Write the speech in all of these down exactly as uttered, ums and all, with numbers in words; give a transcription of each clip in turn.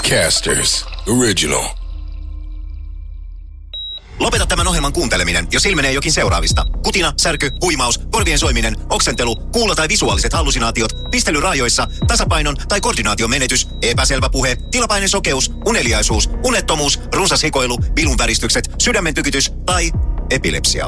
Podcasters Original. Lopeta tämän ohjelman kuunteleminen, jos ilmenee jokin seuraavista. Kutina, särky, huimaus, korvien soiminen, oksentelu, kuulo- tai visuaaliset hallusinaatiot, pistely raajoissa, tasapainon tai koordinaation menetys, epäselvä puhe, tilapainesokeus, uneliaisuus, unettomuus, runsas hikoilu, vilunväristykset, sydämen tykytys tai epilepsia.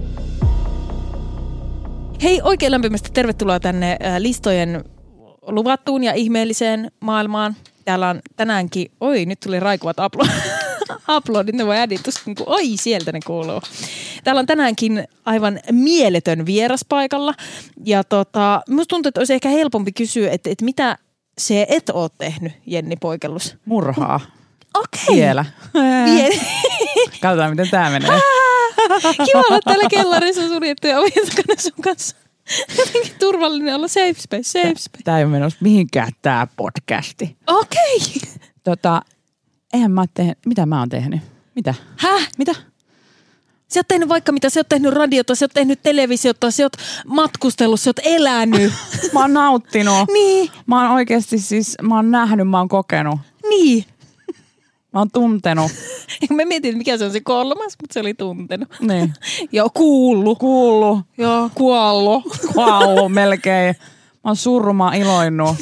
Hei, oikein lämpimästi tervetuloa tänne listojen luvattuun ja ihmeelliseen maailmaan. Täällä on tänäänkin, oi nyt tuli raikuvat aplodit, aplodit, ne voi äditus, niin kuin, oi sieltä ne kuuluu. Täällä on tänäänkin aivan mieletön vieras paikalla ja tota, musta tuntuu, että olisi ehkä helpompi kysyä, että, että mitä se et ole tehnyt, Jenni Poikellus? Murhaa. Okei. Okay. Vielä. Vielä. Katsotaan, miten tää menee. Kiva olla täällä kellarissa suljettuja ovien takana sun kanssa. Jotenkin turvallinen olla, safe space, safe space. Tää ei ole menossa mihinkään tää podcasti. Okei. Okay. Tota, eihän mä tehnyt, mitä mä oon tehnyt? Mitä? Häh? Mitä? Sä oot tehnyt vaikka mitä, sä oot tehnyt radiota, sä oot tehnyt televisiota, sä oot matkustellut, sä oot elänyt. Mä oon nauttinut. Niin. Mä oon oikeesti siis, mä oon nähnyt, mä oon kokenut. Niin. Mä oon tuntenut. Mä mietin, mikä se on se kolmas, mutta se oli tuntenut. Niin. Joo, kuullut. Kuullut. Joo, kuollut. Kuollut melkein. Mä oon surru, mä oon iloinnut.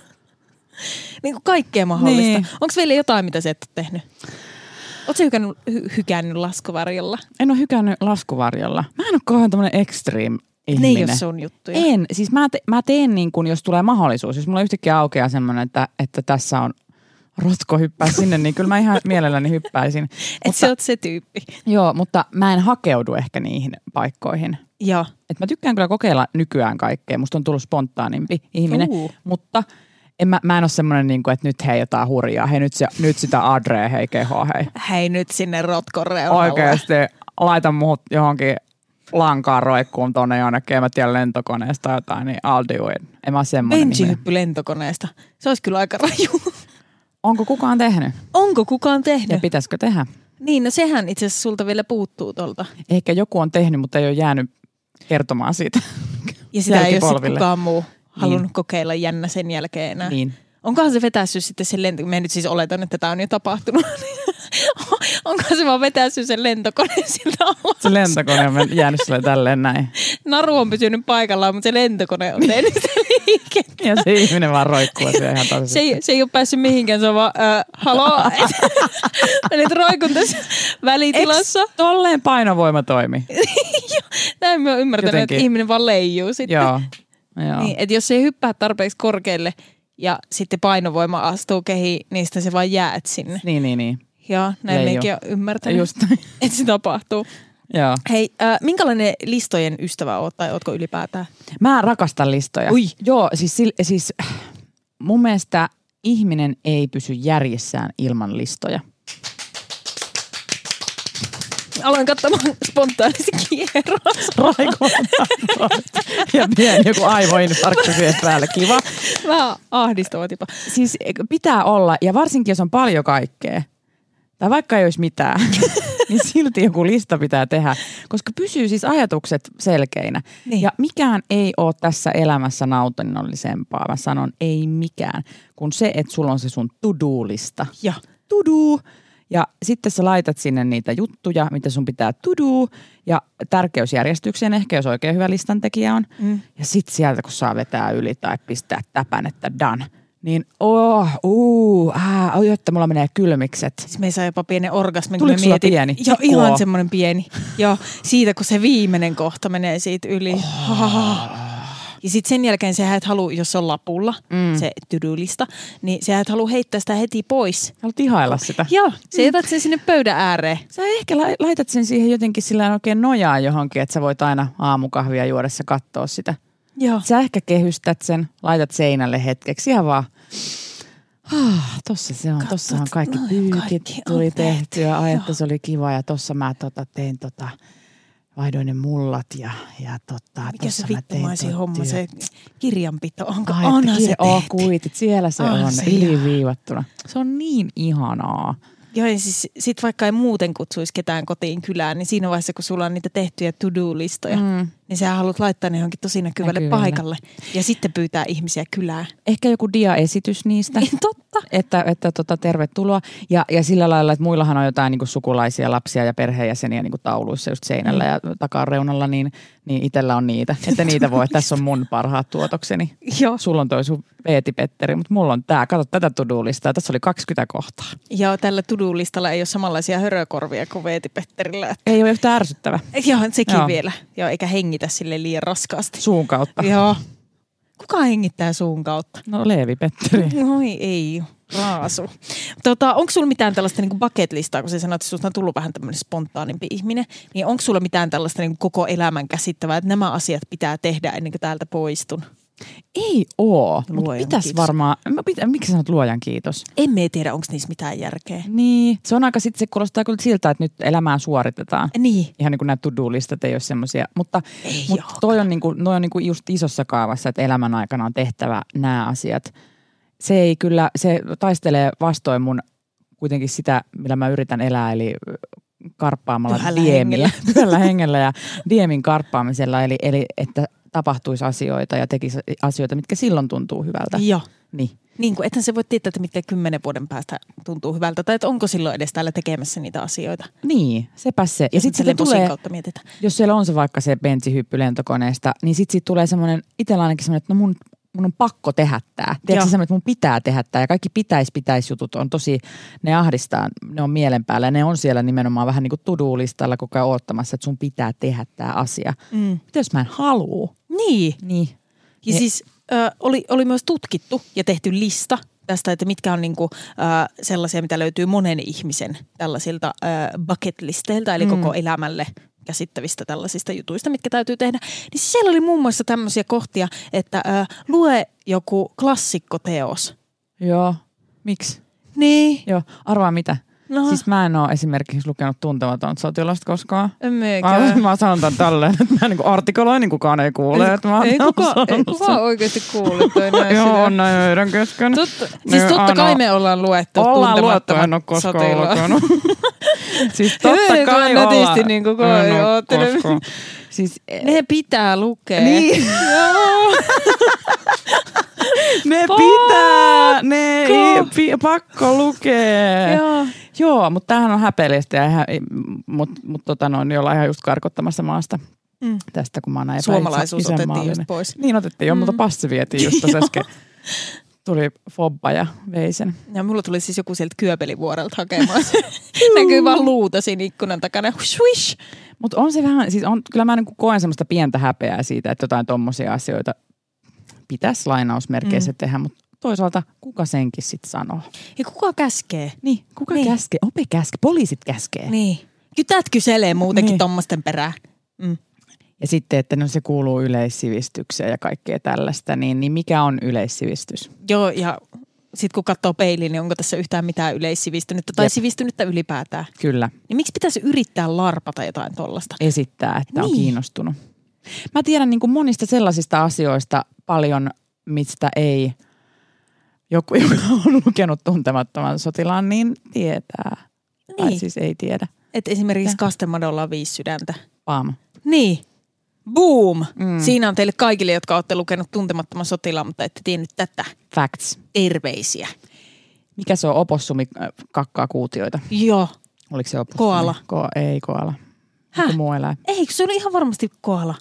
Niin kuin kaikkea mahdollista. Niin. Onko vielä jotain, mitä sä et ole tehnyt? Ootko sä hykännyt, hy- hykännyt laskuvarjolla? En oo hykännyt laskuvarjolla. Mä en oo kohan tämmönen extreme ihminen. Ne ei ole sun juttuja. En. Siis mä, te, mä teen niin kuin, jos tulee mahdollisuus. Jos mulla yhtäkkiä aukeaa semmoinen, että, että tässä on rotko hyppää sinne, niin kyllä mä ihan mielelläni hyppäisin. Että sä oot se tyyppi. Joo, mutta mä en hakeudu ehkä niihin paikkoihin. Joo. Et mä tykkään kyllä kokeilla nykyään kaikkea. Musta on tullut spontaanimpi ihminen, Uh. mutta en mä, mä en ole semmoinen, niin kuin, että nyt hei jotain hurjaa. Hei nyt, se, nyt sitä adrea, hei kehoa, hei. Hei nyt sinne rotkon reunalle. Oikeesti laita muut johonkin lankaan roikkuun tonne jonnekin, en mä tiedä lentokoneesta tai jotain, niin I'll do it. En mä ole semmoinen ihminen. Benji-hyppy lentokoneesta. Se olisi kyllä aika raju. Onko kukaan tehnyt? Onko kukaan tehnyt? Ja pitäisikö tehdä? Niin, no sehän itse asiassa sulta vielä puuttuu tuolta. Ehkä joku on tehnyt, mutta ei ole jäänyt kertomaan siitä. Ja sitä ei ole sitten Jälkipolville. kukaan muu halunnut Niin. kokeilla jännä sen jälkeen enää. Niin. Onkohan se vetässyt sitten sen lento... Mä nyt siis oletan, että tämä on jo tapahtunut. Onkohan se vaan vetässyt sen lentokoneen siltä alas? Se lentokone on jäänyt sille tälleen näin. Naru on pysynyt paikallaan, mutta se lentokone on tehnyt sitä liikettä. Ja se ihminen vaan roikkuu siellä ihan tasaisesti. Se ei, se ei ole päässyt mihinkään, se on vaan, äh, haloo, mä nyt roikun tässä välitilassa. Eiks tolleen painovoima toimi? Näin mä oon ymmärtänyt, Jotenkin. että ihminen vaan leijuu sitten. Joo. Joo. Niin, että jos se ei hyppää tarpeeksi korkealle ja sitten painovoima astuu kehiin, niin sitten se vaan jäät sinne. Niin, niin, niin. Joo, näin Leiju. meikin on ymmärtänyt, Just näin. että se tapahtuu. Joo. Hei, äh, minkälainen listojen ystävä oot tai ootko ylipäätään? Mä rakastan listoja. Ui. Joo, siis, sil- siis mun mielestä ihminen ei pysy järjessään ilman listoja. Aloin katsomaan spontaanisti kierros. Raikuvan ja pieni joku aivoinfarkti siihen päälle. Kiva. Vähän ahdistava tipa. Siis pitää olla, ja varsinkin jos on paljon kaikkea, tai vaikka ei olisi mitään, niin silti joku lista pitää tehdä, koska pysyy siis ajatukset selkeinä. Niin. Ja mikään ei ole tässä elämässä nautinnollisempaa, mä sanon ei mikään, kuin se, että sulla on se sun to-do-lista. Ja. To-do. Ja sitten sä laitat sinne niitä juttuja, mitä sun pitää to-do, ja tärkeysjärjestykseen ehkä, jos oikein hyvä listantekijä on. Mm. Ja sitten sieltä, kun saa vetää yli tai pistää täpän, että done, niin oh, uh, ah, oi, että mulla menee kylmikset. Siis me saa jopa pienen orgasmin. Tuliko kun me sulla mietin, pieni? Joo, Koo. ihan semmoinen pieni. Joo, siitä kun se viimeinen kohta menee siitä yli. Oh. Ja sitten sen jälkeen sä et halua, jos on lapulla, mm. se to-do-lista, niin sä et halua heittää sitä heti pois. Haluat ihailla sitä. Joo, sä jätät sen sinne pöydän ääreen. Sä ehkä la- laitat sen siihen jotenkin sillä oikein nojaa johonkin, että sä voit aina aamukahvia juodessa katsoa sitä. Joo. Sä ehkä kehystät sen, laitat seinälle hetkeksi ihan vaan. Ah, tossa se on, Katsot, tossahan kaikki no, pyykit kaikki on tuli tehty. tehtyä, ai että Joo. se oli kiva ja tossa mä tota, tein tota, vaihdoin ne mullat ja, ja tota, Mikä se tossa mä tein vittumaisin ton homma, työ. se kirjanpito, onko? Ai, Onhan että se kir- oh, tehty. kuitit, siellä se On on, se, yliviivattuna. Se on niin ihanaa. Joo, ja siis sit vaikka ei muuten kutsuisi ketään kotiin kylään, niin siinä vaiheessa, kun sulla on niitä tehtyjä to-do-listoja, Mm. niin niin sä haluat laittaa ne johonkin tosi näkyvälle Näkyville. paikalle. Ja sitten pyytää ihmisiä kylään. Ehkä joku diaesitys niistä. Totta. Että, että tota, tervetuloa. Ja, ja sillä lailla, että muillahan on jotain niin kuin sukulaisia, lapsia ja perheenjäseniä niin kuin tauluissa just seinällä mm. ja takareunalla, niin, niin itsellä on niitä. Että niitä voi, tässä on mun parhaat tuotokseni. Joo. Sulla on toi sun Veeti Petteri, mutta mulla on tää. Kato tätä to-do-listaa. Tässä oli kaksikymmentä kohtaa. Ja tällä to-do-listalla ei ole samanlaisia hörökorvia kuin Veeti Petterillä. Ei ole yhtään ärsyttävä. Joo, sekin Joo. vielä. Joo, eikä hengitä sille liian raskaasti. Suun kautta. Joo. Kuka hengittää suun kautta? No Leevi Petteri. Oi ei, raasu. Tota, onko sulla mitään tällaista niinku bucket-listaa, kun sä sanoit, että susta on tullut vähän tämmöinen spontaanimpi ihminen, niin onko sulla mitään tällaista niinku koko elämän käsittävää, että nämä asiat pitää tehdä ennen kuin täältä poistun? Ei oo, mutta Luojan pitäisi kiitos. varmaan, mä pitä, miksi sä sanot luojan kiitos? Emme tiedä, onko niissä mitään järkeä. Niin, se on aika sitten, se kuulostaa kyllä siltä, että nyt elämää suoritetaan. Niin. Ihan niin kuin nämä to-do-listat ei ole semmoisia, mutta, Ei mutta toi on, niin kuin, noi on niin kuin just isossa kaavassa, että elämän aikana on tehtävä nämä asiat. Se ei kyllä, se taistelee vastoin mun kuitenkin sitä, millä mä yritän elää, eli karppaamalla Pyhällä diemiä. hengellä. Pyhällä hengellä ja diemin karppaamisella, eli, eli että tapahtuisi asioita ja tekisi asioita, mitkä silloin tuntuu hyvältä. Joo. Niin. Niin kuin, ethän se voi tietää, että mitkä kymmenen vuoden päästä tuntuu hyvältä, tai että onko silloin edes täällä tekemässä niitä asioita. Niin, sepä se. Ja sitten Silleen sit posin tulee, kautta mietitään. jos siellä on se vaikka se bensihyppy lentokoneesta, niin sitten sit tulee semmoinen, itsellä ainakin semmoinen, että no mun, mun on pakko tehdä tää. Tiedätkö semmoinen, että mun pitää tehdä tää ja kaikki pitäis, pitäis jutut on tosi, ne ahdistaa, ne on mielen päällä ja ne on siellä nimenomaan vähän niin kuin to-do-listalla koko ajan oottamassa, että sun pitää tehdä tää asia. Mm. Mitä jos mä en halua? Niin. Niin. Ja Ne- siis ö, oli, oli myös tutkittu ja tehty lista tästä, että mitkä on niinku, ö, sellaisia, mitä löytyy monen ihmisen tällaisilta ö, bucket-listeiltä, eli mm. koko elämälle käsittävistä tällaisista jutuista, mitkä täytyy tehdä. Niin siellä oli muun muassa tämmöisiä kohtia, että ö, lue joku klassikkoteos. Joo. Miksi? Niin. Joo. Arvaa mitä? No. Siis mä en ole esimerkiksi lukenut Tuntematon sotilasta koskaan. Emmekö? Mä, mä sanon tämän tälleen, että mä niin artikuloin, niin kukaan ei kuule. Että mä oon Ei kukaan, ei sanonut kukaan sen. oikeasti kuule toi näin. Joo, sitä. on näin meidän kesken. Totta, siis Niin, totta kai aina- me ollaan luettu Ollaan luettu, Tuntemattomat en ole koskaan sotilaat. lukenut. Siis totta Hyvin, kai kun nätisti ollaan. niin kuin En koe- oo oottele. koskaan. Siis, Ne pitää lukea. niin, Joo. ne Pakko. pitää, ne ei, pi, pakko lukea. Joo. Joo, mutta tämähän on häpeellistä, ja ihan, mutta mut, tota noin, ollaan ihan just karkottamassa maasta Mm. tästä, kun mä oon näin Suomalaisuus otettiin isänmaallinen. just pois. Niin otettiin jo, mm. mutta passi vietiin just tuossa äsken. Tuli fobba ja vei sen. Ja mulla tuli siis joku sieltä Kyöpelivuorelta hakemaan. Näkyy vaan luuta siinä ikkunan takana. Swish! Mutta on se vähän, siis on, kyllä mä niin koen semmoista pientä häpeää siitä, että jotain tommosia asioita pitäisi lainausmerkeissä mm. tehdä, mutta toisaalta kuka senkin sitten sanoo? Ja kuka käskee? Niin, kuka Niin. niin. käskee? Ope käskee, poliisit käskee. Niin. Kytät kyselee muutenkin Niin. tommosten perään. Mm. Ja sitten, että no se kuuluu yleissivistykseen ja kaikkea tällaista, niin, niin mikä on yleissivistys? Joo, ja sitten kun katsoo peiliin, niin onko tässä yhtään mitään yleissivistynyttä tai Jep. sivistynyttä ylipäätään? Kyllä, Niin miksi pitäisi yrittää larpata jotain tollasta? esittää, että niin. on Niin. kiinnostunut. Mä tiedän niin kuin monista sellaisista asioista paljon, mistä ei joku, joka on lukenut Tuntemattoman sotilaan, niin tietää. Tai Niin. siis ei tiedä. Että esimerkiksi Ja. Kastemadolla on viisi sydäntä. Paama. Niin. Boom! Mm. Siinä on teille kaikille, jotka olette lukenut Tuntemattoman sotilaan, mutta ette tiennyt tätä. Facts. Terveisiä. Mikä se on? Opossumi äh, kakkaa kuutioita. Joo. Oliko se opossumi? Koala. Ko- ei koala. Häh? Joku muu eläin. Eikö se oli ihan varmasti koala?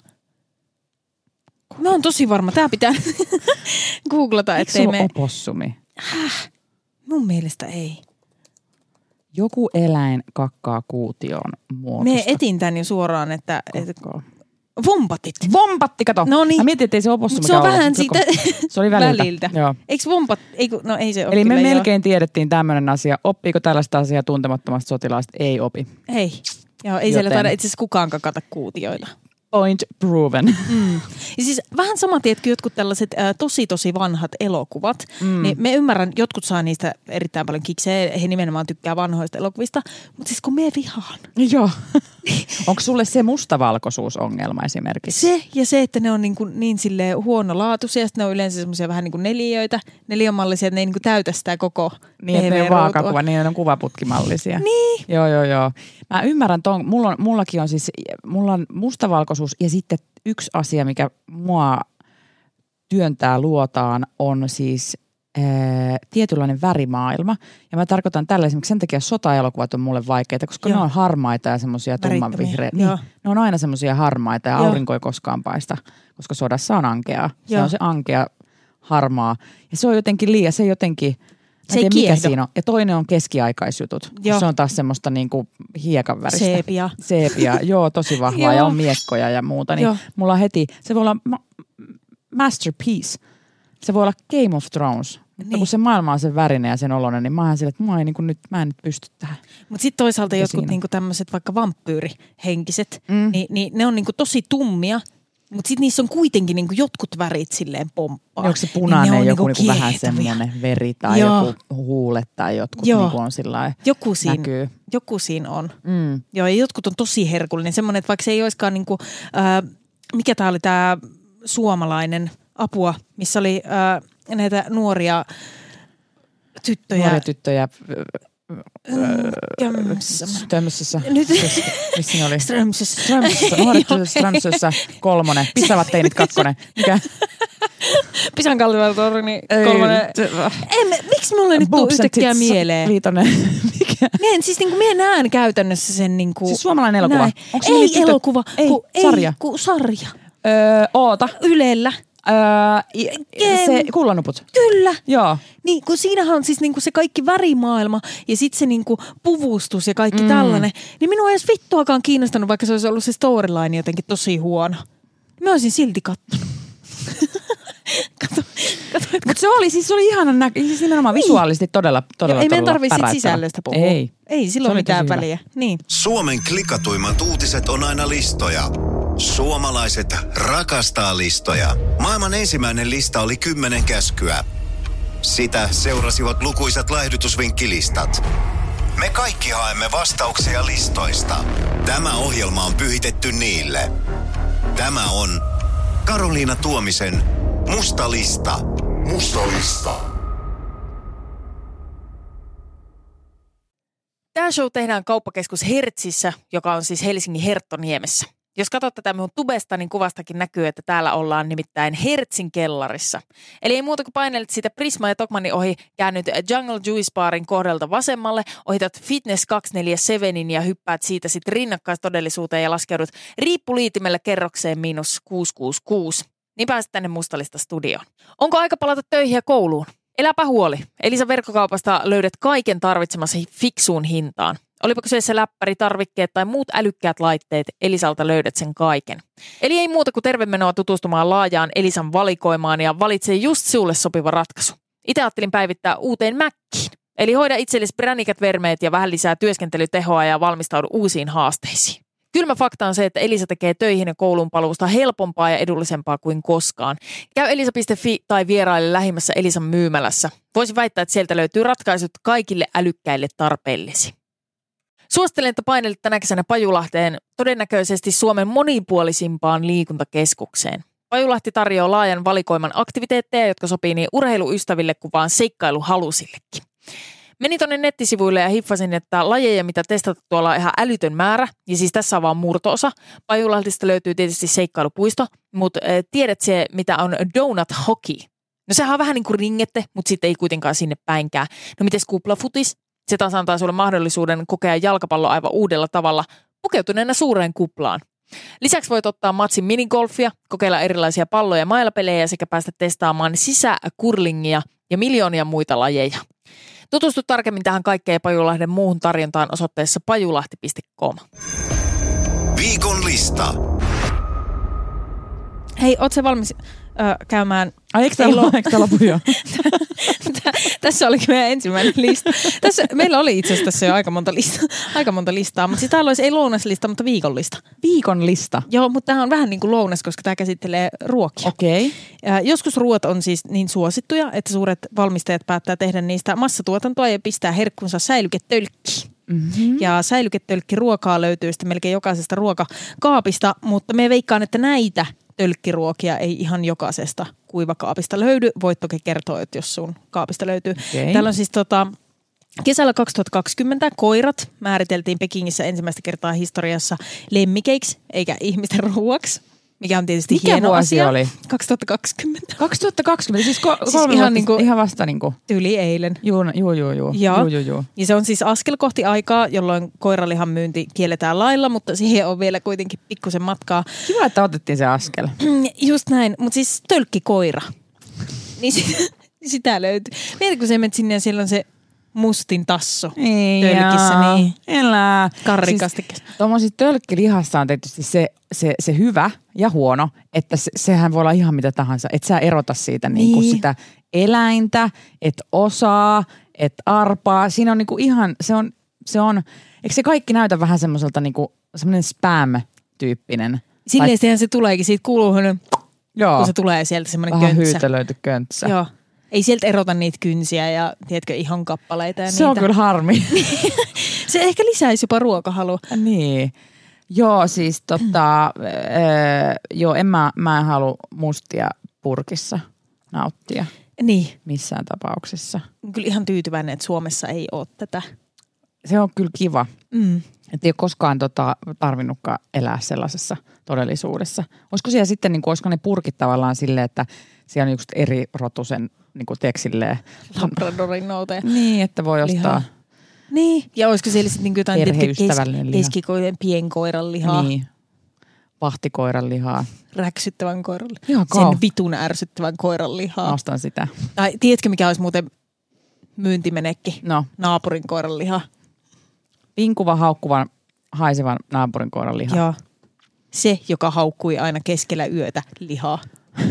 Mä oon tosi varma. Tää pitää googlata, Eikö se ettei ole me... opossumi? Mun mielestä ei. Joku eläin kakkaa kuutioon muotosta. Me etin tän jo suoraan, että... että Kakkaa. vompatit. Vompatti, kato. No niin. Mä mietin, että ei se opossumi. Mut se on vähän siitä Se oli väliltä. väliltä. Joo. Eikö vompat... Ei, kun- no ei se ole Eli me kyllä, joo. melkein tiedettiin tämmöinen asia. Oppiiko tällaista asiaa Tuntemattomasta sotilaasta? Ei opi. Ei. Joo, ei siellä Joten- taida itse asiassa kukaan kakata kuutioita. Point proven. Mm. Ja siis vähän sama, tiedätkö, jotkut tällaiset ä, tosi tosi vanhat elokuvat, mm. niin me ymmärrän, jotkut saa niistä erittäin paljon kikseä, he nimenomaan tykkää vanhoista elokuvista, mutta siis kun me vihaan. Joo. Onko sulle se mustavalkoisuusongelma esimerkiksi? Se ja se, että ne on niin, kuin niin silleen huonolaatuisia, ne on yleensä semmoisia vähän niin kuin neliöitä, neliömallisia, että ne ei niin kuin täytä sitä koko niin, että ne on vaakakuva, niin ne on kuvaputkimallisia. Niin. Joo, joo, joo. Mä ymmärrän ton, mulla on, mullakin on siis, mulla on mustavalkoisuus ja sitten yksi asia, mikä mua työntää luotaan, on siis ää, tietynlainen värimaailma. Ja mä tarkoitan tällä esimerkiksi sen takia sota-elokuvat on mulle vaikeita, koska Joo. ne on harmaita ja semmoisia tummanvihreitä. Niin, ne on aina semmoisia harmaita ja Joo. aurinko ei koskaan paista, koska sodassa on ankeaa. Se Joo. on se ankea harmaa. Ja se on jotenkin liian, se jotenkin, se ei tiedä, mikä siinä on. Ja toinen on keskiaikaisjutut. Joo. Se on taas semmoista niinku hiekan väristä. Seepia. Seepia, joo, tosi vahvaa ja on miekkoja ja muuta. Niin mulla on heti, se voi olla ma- masterpiece. Se voi olla Game of Thrones. Mutta niin. kun se maailma on sen värinen ja sen oloinen, niin mä oon silleen, että mua ei, niin nyt, mä en nyt pysty tähän. Mutta sitten toisaalta ja jotkut niinku tämmöiset vaikka vampyyrihenkiset, mm. niin, niin ne on niinku tosi tummia. Mutta sitten niissä on kuitenkin niinku jotkut värit silleen pomppaa. Onko se punainen niin joku niinku vähän semmoinen veri tai Joo. joku huulet tai jotkut niinku on sillä joku siinä, näkyy. Joku siinä on. Mm. Joo, ja jotkut on tosi herkullinen. Semmoinen, että vaikka se ei olisikaan niinku, äh, mikä tää oli tää suomalainen apua, missä oli äh, näitä nuoria tyttöjä. Nuoria tyttöjä. Tömmössä. Nyt. Missä ne oli? Strömsössä. Strömsössä. Nuoret Strömsössä kolmonen. Pisavat teinit kakkonen. Mikä? Pisan kallivaltorni kolmonen. Emme, miksi mulle nyt tuu yhtäkkiä mieleen? Viitonen. Mikä? Mien, siis niinku mie näen käytännössä sen niinku. Siis suomalainen elokuva. Onko ei tytöt? Elokuva. Ei, ku, sarja. Ei, ku, sarja. Öö, oota. Ylellä. Öö, se kullanuput. Kyllä. Joo. Niin, kun siinähän on siis niinku se kaikki värimaailma ja sitten se niinku puvustus ja kaikki mm. tällainen. Niin minua ei edes vittuakaan kiinnostanut, vaikka se olisi ollut se storyline jotenkin tosi huono. Mä olisin silti kattonut. kato, kato, Mutta se oli siis se oli ihana näkö, siis nimenomaan niin. visuaalisesti todella, todella, Joo, ei todella meidän tarvitse sit sisällöstä puhua. Ei. Ei silloin mitään väliä. Niin. Suomen klikatuimmat uutiset on aina listoja. Suomalaiset rakastaa listoja. Maailman ensimmäinen lista oli kymmenen käskyä. Sitä seurasivat lukuisat laihdutusvinkkilistat. Me kaikki haemme vastauksia listoista. Tämä ohjelma on pyhitetty niille. Tämä on Karoliina Tuomisen Musta lista. Musta lista. Tämä show tehdään kauppakeskus Hertsissä, joka on siis Helsingin Herttoniemessä. Jos katsot tätä minun tubesta, niin kuvastakin näkyy, että täällä ollaan nimittäin Hertsin kellarissa. Eli ei muuta kuin painelet siitä Prisma ja Tokmannin ohi, käännyt Jungle Juice Barin kohdalta vasemmalle, ohitat Fitness kaksisataaneljäkymmentäseitsemän ja hyppäät siitä sitten rinnakkaistodellisuuteen ja laskeudut riippuliitimellä kerrokseen miinus kuusi kuusi kuusi. Niin pääset tänne Mustalista studioon. Onko aika palata töihin ja kouluun? Eläpä huoli. Elisan verkkokaupasta löydät kaiken tarvitsemasi fiksuun hintaan. Olipa kyseessä läppäri, tarvikkeet tai muut älykkäät laitteet, Elisalta löydät sen kaiken. Eli ei muuta kuin tervemenoa tutustumaan laajaan Elisan valikoimaan ja valitse just sulle sopiva ratkaisu. Itse ajattelin päivittää uuteen Mäkkiin. Eli hoida itsellesi bränikät vermeet ja vähän lisää työskentelytehoa ja valmistaudu uusiin haasteisiin. Kylmä fakta on se, että Elisa tekee töihin ja kouluun paluusta helpompaa ja edullisempaa kuin koskaan. Käy elisa piste fi tai vieraile lähimmässä Elisan myymälässä. Voisin väittää, että sieltä löytyy ratkaisut kaikille älykkäille tarpeellesi. Suosittelen, että painelit tänä kesänä Pajulahteen todennäköisesti Suomen monipuolisimpaan liikuntakeskukseen. Pajulahti tarjoaa laajan valikoiman aktiviteetteja, jotka sopii niin urheiluystäville kuin vaan seikkailuhalusillekin. Menin tuonne nettisivuille ja hiffasin, että lajeja, mitä testata tuolla on ihan älytön määrä, ja siis tässä on vaan murto-osa. Pajulahdista löytyy tietysti seikkailupuisto, mutta tiedät se, mitä on donut hockey? No sehän on vähän niin kuin ringette, mutta sitten ei kuitenkaan sinne päinkään. No mites kuplafutis? Se taas antaa sulle mahdollisuuden kokea jalkapallo aivan uudella tavalla, pukeutuneena suureen kuplaan. Lisäksi voit ottaa matsin minigolfia, kokeilla erilaisia pallo- ja mailapelejä sekä päästä testaamaan sisäkurlingia ja miljoonia muita lajeja. Tutustu tarkemmin tähän kaikkeen Pajulahden muuhun tarjontaan osoitteessa pajulahti piste com. Viikon lista. Hei, oot sä valmis ö, käymään? Ai, eikö tää lopu jo? Tässä olikin meidän ensimmäinen lista. Tässä, meillä oli itse asiassa tässä jo aika monta, lista, aika monta listaa, mutta siis täällä olisi ei lounaslista, mutta viikon lista. Viikon lista? Joo, mutta tämä on vähän niin kuin lounas, koska tämä käsittelee ruokia. Okei. Okay. Joskus ruoat on siis niin suosittuja, että suuret valmistajat päättää tehdä niistä massatuotantoa ja pistää herkkunsa säilyketölkkiin. Mm-hmm. Ja säilyketölkkiruokaa löytyy sitten melkein jokaisesta ruokakaapista, mutta me veikkaan, että näitä tölkkiruokia ei ihan jokaisesta kuivakaapista löydy. Voit toki kertoa, että jos sun kaapista löytyy. Okay. Täällä on siis tota, kesällä kaksituhattakaksikymmentä koirat määriteltiin Pekingissä ensimmäistä kertaa historiassa lemmikeiksi eikä ihmisten ruuaksi. Mikä on tietysti Mikä hieno vuosi asia. oli? kaksituhattakaksikymmentä. kaksituhattakaksikymmentä, siis, ko- siis kolme ihan, niinku, ihan vasta niinku. Tyyli eilen. Juu, juu, juu, juu. Joo. juu, juu. Ja se on siis askel kohti aikaa, jolloin koiralihan myynti kielletään lailla, mutta siihen on vielä kuitenkin pikkusen matkaa. Kiva, että otettiin se askel. Just näin, mutta siis tölkkikoira. Niin sitä löytyy. Mietin, kun sä menet sinne ja siellä on se mustin tassu Ei tölkissä. Jaa. Niin. Elää. Karrikastikkeessa. Siis, tuommoisissa tölkkilihassa on tietysti se, se, se hyvä ja huono, että se, sehän voi olla ihan mitä tahansa. Että sä erota siitä niin. Niin kuin sitä eläintä, et osaa, et arpaa. Siinä on niinku ihan, se on, se on, eikö se kaikki näytä vähän semmoiselta niinku, semmoinen spam-tyyppinen? Silleen se tuleekin, siitä kuuluu Joo. kun se tulee sieltä semmoinen vähän köntsä. hyytelöity köntsä. Joo. Ei sieltä erota niitä kynsiä ja tiedätkö, ihon kappaleita ja se niitä. on kyllä harmi. Se ehkä lisäisi jopa ruokahalua. Niin. Joo, siis tota, äh, joo, en mä, mä en halua mustia purkissa nauttia. Niin. Missään tapauksessa. Kyllä ihan tyytyväinen, että Suomessa ei ole tätä. Se on kyllä kiva. Mm. Että ei ole koskaan tota, tarvinnutkaan elää sellaisessa todellisuudessa. Olisiko siellä sitten, niin kuin, olisiko ne purkit tavallaan silleen, että siellä on just eri rotusen, niin kuin tiedätkö silleen. Labradorin noutaja. Niin, että voi ostaa. Lihaa. Niin. Ja olisiko siellä sitten niin jotain perheystävällinen liha. keskikoiden pienkoiran lihaa. Niin. Vahtikoiran lihaa. Räksyttävän koiran lihaa. Ihan kau. Sen vitun ärsyttävän koiran lihaa. Ostan sitä. Tai tiedätkö mikä olisi muuten myyntimenekki? No. Naapurin koiran liha. Vinkuva, haukkuvan, haisevan naapurin koiran liha. Joo. Se, joka haukkui aina keskellä yötä lihaa.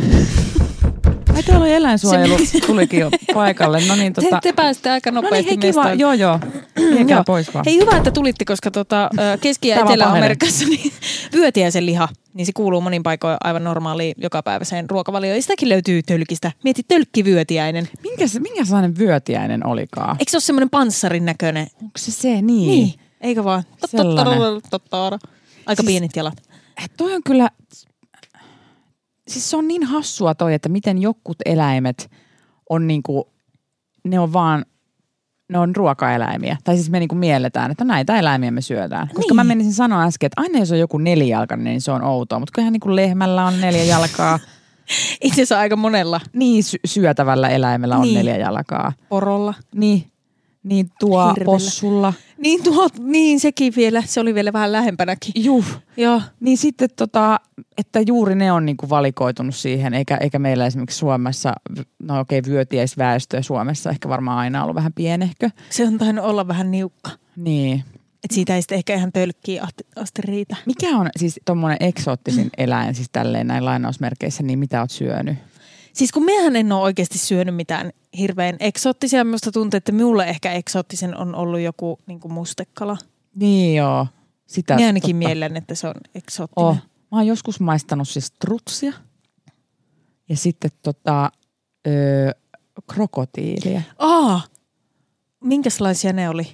Ai täällä on eläinsuojelu, tulikin jo paikalle. No niin, tota... te, te pääsitte aika nopeasti no niin, hei, kiva. mestaan. Joo, joo. Miekää pois vaan. Hei, hyvä, että tulitte, koska tota, Keski- ja Etelä-Amerikassa niin vyötiäisen liha, niin se kuuluu monin paikoin aivan normaaliin jokapäiväiseen ruokavalioon. Ja sitäkin löytyy tölkistä. Mieti tölkkivyötiäinen. Minkä, minkä sellainen vyötiäinen olikaan? Eikö se ole semmoinen panssarin näköinen? Onko se se? Niin. Niin, eikö vaan? Sellainen. Aika siis, pienet jalat. Toi on kyllä, siis se on niin hassua toi, että miten jokut eläimet on niinku, ne on vaan, ne on ruokaeläimiä. Tai siis me niinku mielletään, että näitä eläimiä me syödään. Koska niin. Mä menisin sanoa äsken, että aina jos on joku nelijalkainen, niin se on outoa. Mutta kyllähän niinku lehmällä on neljä jalkaa. Itse asiassa aika monella. Niin, sy- syötävällä eläimellä on niin. neljä jalkaa. Porolla. Niin. Niin tuo Hirvellä. possulla. Niin tuo, niin sekin vielä, se oli vielä vähän lähempänäkin. Juh. Joo. Niin sitten tota, että juuri ne on niinku valikoitunut siihen, eikä, eikä meillä esimerkiksi Suomessa, no okei okay, vyötiäisväestö Suomessa ehkä varmaan aina ollut vähän pienehkö. Se on tainnut olla vähän niukka. Niin. Että siitä ei sitten ehkä ihan tölkkiä asti riitä. Mikä on siis tommonen eksoottisin mm. eläin, siis tälleen näin lainausmerkeissä, niin mitä oot syönyt? Siis kun mehän en ole oikeasti syönyt mitään hirveän eksoottisia, minusta tuntuu, että minulle ehkä eksoottisen on ollut joku niin kuin mustekala. Niin joo. Sitä, minä ainakin totta. mielen, että se on eksoottinen. Oh. Mä oon joskus maistanut siis strutsia ja sitten tota, öö, krokotiilia. Aa, minkälaisia ne oli?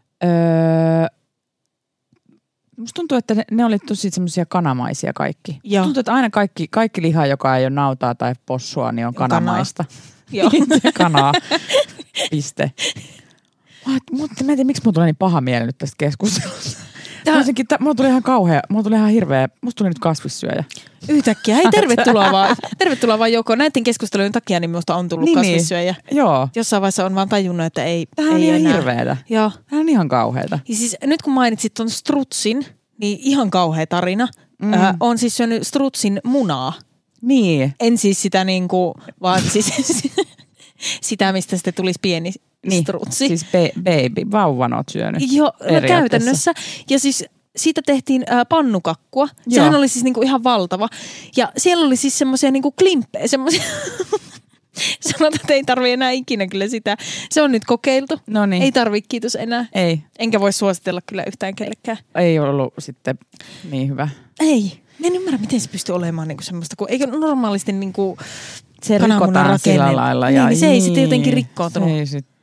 Öö, musta tuntuu, että ne, ne oli tosi semmoisia kanamaisia kaikki. Joo. Tuntuu, että aina kaikki, kaikki liha, joka ei ole nautaa tai possua, niin on kanamaista. Joo. Kanaa. Piste. Mä en tiedä, miksi mulla tulee niin paha mieli nyt tästä keskustelusta. Tämä... Mulla tuli ihan kauhea, mulla tuli ihan hirveä, musta tuli nyt kasvissyöjä. Yhtäkkiä. Hei, tervetuloa vaan. Tervetuloa vaan Joko. Näiden keskustelujen takia niin minusta on tullut niin, kasvissyöjä. Niin. Joo. Jossain vaiheessa on vaan tajunnut, että ei Tämä on ei ihan enää. hirveetä. Joo. Tämä on ihan kauheata. Ja siis nyt kun mainitsit ton strutsin, niin ihan kauhea tarina. Mm. Äh, on siis syönyt strutsin munaa. Niin. En siis sitä niinku, vaan siis sitä, mistä sitten tulisi pieni niin. strutsi. Siis be- baby, vauvan oot syönyt. Joo, no käytännössä. Ja siis siitä tehtiin äh, pannukakkua. Joo. Sehän oli siis niinku ihan valtava. Ja siellä oli siis semmoisia niinku klimppejä, semmoisia... Sanotaan, että ei tarvitse enää ikinä kyllä sitä. Se on nyt kokeiltu. Noniin. Ei tarvitse, kiitos enää. Ei. Enkä voi suositella kyllä yhtään kellekään. Ei ollut sitten niin hyvä. Ei. Mä en ymmärrä, miten se pystyy olemaan niinku semmoista, kun eikö normaalisti niinku se rikotaan sillä lailla. Ja niin, niin se ei niin, sitten jotenkin rikkoutunut. Se ei sitten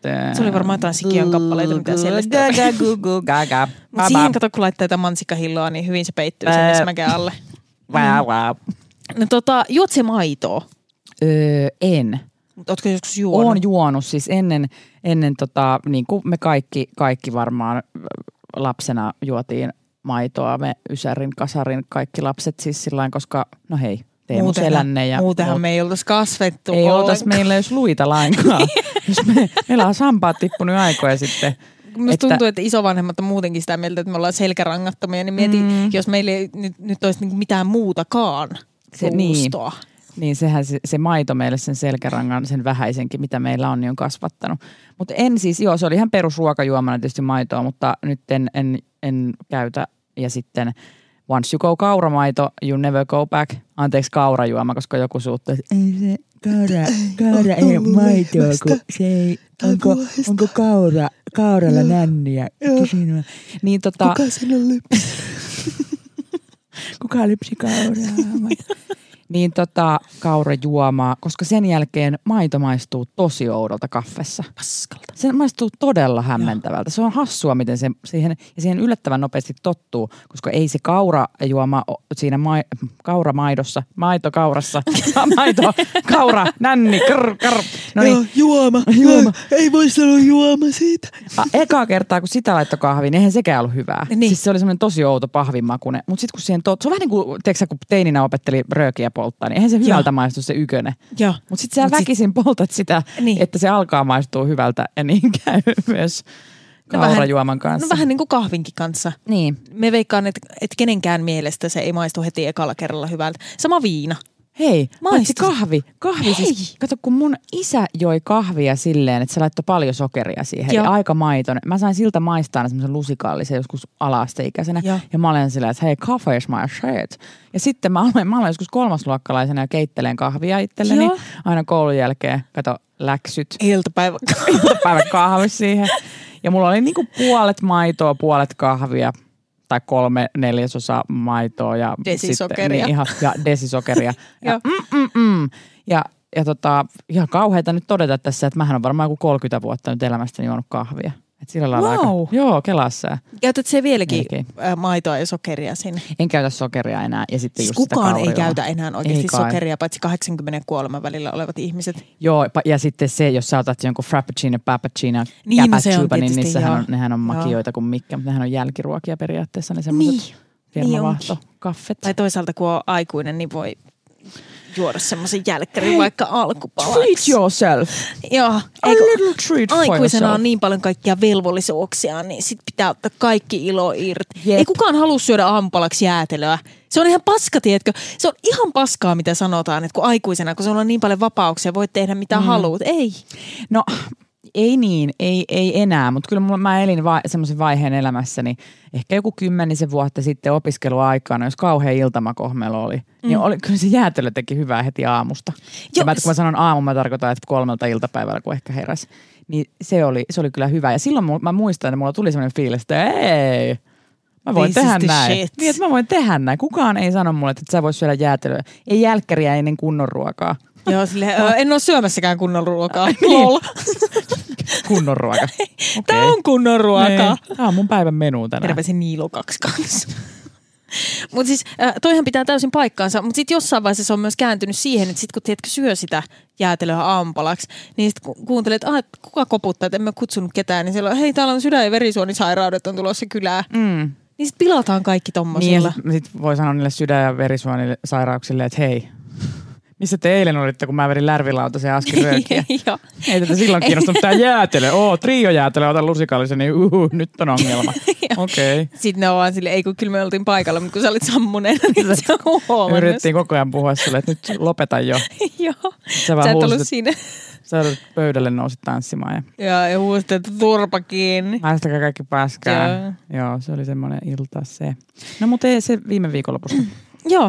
sitten. Se oli varmaan jotain Sikiön kappaleita, mitä siellä sitten. Mutta siihen kato, kun laittaa jotain mansikkahilloa, niin hyvin se peittyy sen esmäkään alle. Wow, wow. No tota, juot se maitoa? Öö, en. Ootko joskus juonut? Oon juonut siis ennen, ennen tota, niin kuin me kaikki, kaikki varmaan lapsena juotiin maitoa, me Ysärin, Kasarin, kaikki lapset siis sillain, koska no hei, Teemu Selänne. Ja muutenhan muut, me ei oltaisi kasvettu. Ei oltaisi meillä jos luita lainkaan. Jos me, meillä on sampaat tippunut aikoja sitten. Minusta että, tuntuu, että isovanhemmat on muutenkin sitä mieltä, että me ollaan selkärangattomia, niin mietin, mm. jos meillä ei nyt, nyt olisi niinku mitään muutakaan se, ruustoa. Niin. Niin sehän se, se maito meille sen selkärangan, sen vähäisenkin, mitä meillä on, niin on kasvattanut. Mutta en siis, joo, se oli ihan perusruokajuomana tietysti maitoa, mutta nyt en, en, en käytä. Ja sitten once you go kauramaito, you never go back. Anteeksi kaurajuoma, koska joku suuttuu, että ei se kaura, kaura ei ole maitoa, kun se ei, onko, onko kaura, kauralla nänniä. Kysyn niin tota. Kuka sen on lypsi? Kuka lypsi kauraa? Niin tota kaurajuomaa, koska sen jälkeen maito maistuu tosi oudolta kaffessa. Paskalta. Se maistuu todella hämmentävältä. Se on hassua, miten se siihen, ja siihen yllättävän nopeasti tottuu, koska ei se kaurajuoma siinä ma, kauramaidossa, maito kaurassa, maito, kaura, nänni, krr, krr. No niin. Joo, juoma, juoma. Ei voi sanoa juoma siitä. Eka kertaa, kun sitä laittoi kahviin, niin eihän sekään ollut hyvää. Niin. Siis se oli semmoinen tosi outo pahvimakuinen. Mutta sitten kun siihen tot, se on vähän niin kuin, teeksä, kun teininä opetteli röökiä polttaa, niin eihän se hyvältä maistu se ykönen. Mutta sitten sä Mut väkisin sit poltat sitä, niin. Että se alkaa maistua hyvältä ja niin käy myös kaurajuoman kanssa. No vähän niin kuin kahvinkin kanssa. Niin. Me veikkaan, että, että kenenkään mielestä se ei maistu heti ekalla kerralla hyvältä. Sama viina. Hei, paitsi kahvi. Kahvi Hei. siis, kato kun mun isä joi kahvia silleen, että se laittoi paljon sokeria siihen. Joo. Eli aika maitoinen. Mä sain siltä maistaa semmoisen lusikallisen joskus ala-asteikäisenä. Joo. Ja mä olen silleen, että hei, coffee is my shit. Ja sitten mä olen, mä olen joskus kolmasluokkalaisena ja keittelen kahvia itselleni. Joo. Aina koulun jälkeen, kato, läksyt. Iltapäivä. Iltapäivä kahvi siihen. Ja mulla oli niinku puolet maitoa, puolet kahvia. Tai kolme neljäsosa maitoa ja desisokeria. Sitten, niin ihan, ja desisokeria. ja, mm, mm, mm. ja, ja tota, ihan kauheita nyt todeta tässä, että mähän on varmaan joku kolmekymmentä vuotta nyt elämästäni juonut kahvia. Et sillä lailla wow. aika, joo, kelassa. Käytät se vieläkin Melkein. maitoa ja sokeria sinne? En käytä sokeria enää. Ja sitten siis just kukaan ei käytä enää oikeasti sokeria, paitsi kahdeksankymmentäkolme välillä olevat ihmiset. Joo, ja sitten se, jos sä otat jonkun frappuccino, pappuccino, niin, cappuccino, niin niissähän on, nehän on makioita kuin mikkä, mutta nehän on jälkiruokia periaatteessa, ne semmoiset niin. firmavaahtokaffet. Tai toisaalta kun on aikuinen, niin voi juoda semmoisen jälkkärin vaikka alkupalaksi. Treat yourself. Joo. A little treat for aikuisena yourself. On niin paljon kaikkia velvollisuuksia, niin sit pitää ottaa kaikki ilo irti. Jep. Ei kukaan halua syödä aamupalaksi jäätelöä. Se on ihan paska, tiedätkö? Se on ihan paskaa, mitä sanotaan, että kun aikuisena, kun sulla on niin paljon vapauksia, voit tehdä mitä mm. haluat. Ei. No ei niin, ei, ei enää, mutta kyllä mulla, mä elin va- semmoisen vaiheen elämässäni ehkä joku kymmenisen vuotta sitten opiskeluaikana, jos kauhean iltamakohmelo oli, mm. niin oli, kyllä se jäätelö teki hyvää heti aamusta. Jo, ja mä, kun mä sanon aamu, mä tarkoitan, että kolmelta iltapäivällä, kun ehkä heräsi. Niin se oli, se oli kyllä hyvä. Ja silloin mä muistan, että mulla tuli semmoinen fiilis, että ei, mä voin This tehdä is the näin. shit. Niin, että mä voin tehdä näin. Kukaan ei sano mulle, että sä vois syödä jäätelöä. Ei jälkkäriä ennen kunnon ruokaa. Joo, sille, ö, en ole syömässäkään kunnon ruokaa. Lol. Kunnon ruoka. Okay. Tämä on kunnon ruokaa. Tämä on mun päivän menu tänään. Terveisin Niilo kaksikymmentäkaksi. Mutta siis äh, toihan pitää täysin paikkaansa, mutta sitten jossain vaiheessa se on myös kääntynyt siihen, että sitten kun tiedätkö syö sitä jäätelöä aamupalaksi, niin sitten ku- kuuntelet, että ah, kuka koputtaa, että en mä kutsunut ketään, niin siellä on, hei täällä on sydän- ja verisuonisairaudet on tulossa kylään. Mm. Niin sitten pilataan kaikki tommosilla. Niin, sitten sit voi sanoa niille sydän- ja verisuonisairauksille, että hei, missä te eilen olitte, kun mä vedin lärvilautasen askin röökiä? Ei tätä silloin kiinnostunut tämä jäätelö. Oo, trio-jäätelö, otan lusikallisen, niin uhu, nyt on ongelma. Okei. Okay. Sitten ne on vaan silleen, ei kun kyllä me oltiin paikalla, mutta kun sä olit sammuneena, niin se on huomannut. Yritettiin koko ajan puhua sulle, että nyt lopeta jo. Joo. Sä, sä et ollut siinä. Sä olet pöydälle nousit tanssimaan. Ja, ja, ja huusit, että turpa kiinni. Haistakaa kaikki paskaa. Joo. Joo, se oli semmoinen ilta se. No mutta ei se viime viikonlopusta. Joo.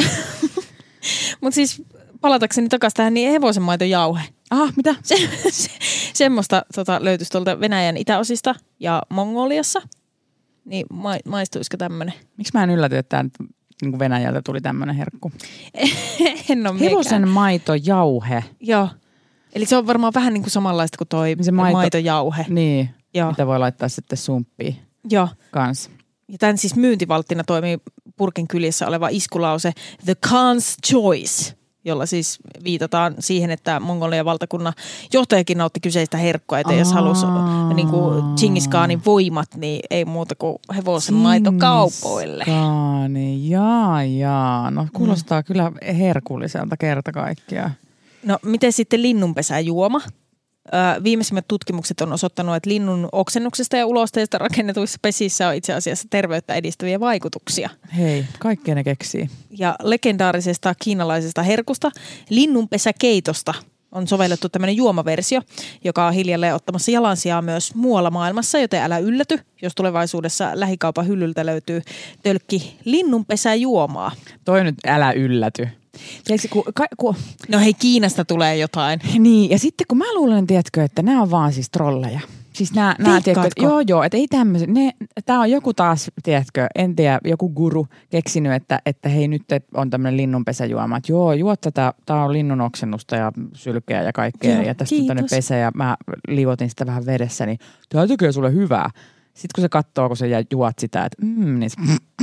Mutta siis palatakseni takaisin tähän, niin hevosenmaitojauhe. Aha, mitä? Se, se, semmoista tota, löytyisi tuolta Venäjän itäosista ja Mongoliassa. Niin ma, maistuisiko tämmönen? Miksi mä en ylläty, että niin Venäjältä tuli tämmönen herkku? En ole Hevosen maitojauhe. Joo. Eli se on varmaan vähän niin kuin samanlaista kuin toi se maito, maitojauhe. Niin, Joo. mitä voi laittaa sitten sumppiin Joo. kanssa. Ja tämän siis myyntivalttina toimii purkin kyljessä oleva iskulause The Khan's Choice, jolla siis viitataan siihen, että Mongolian valtakunnan johtajakin nautti kyseistä herkkua, että jos halusi niin kuin Džingis Khanin voimat, niin ei muuta kuin hevosen maito kaupoille. Džingis jaa, jaa. No kuulostaa mm. kyllä herkulliselta kerta kaikkiaan. No miten sitten linnunpesäjuoma? Ö, viimeisimmät tutkimukset on osoittanut, että linnun oksennuksesta ja ulosteista rakennetuissa pesissä on itse asiassa terveyttä edistäviä vaikutuksia. Hei, kaikkea ne keksii. Ja legendaarisesta kiinalaisesta herkusta linnunpesäkeitosta on sovellettu tämmöinen juomaversio, joka on hiljalleen ottamassa jalansijaa myös muualla maailmassa, joten älä ylläty, jos tulevaisuudessa lähikaupan hyllyltä löytyy tölkki linnunpesäjuomaa. Toi nyt älä ylläty. Tiedätkö, ku, ka, ku... No hei, Kiinasta tulee jotain. Niin, ja sitten kun mä luulen, tiedätkö, että nämä on vaan siis trolleja. Siis nämä, nämä tiedätkö, että joo joo, että ei tämmöiset, tämä on joku taas, tiedätkö, en tiedä, joku guru keksinyt, että, että hei nyt on tämmöinen linnunpesäjuoma, että joo, juot tätä, tämä on linnun oksennusta ja sylkeä ja kaikkea, joo, ja tästä kiitos. On tämmöinen pesä ja mä liuotin sitä vähän vedessä, niin tämä tekee sulle hyvää. Sitten kun se katsoo, kun sä juot sitä, että mm, niin se...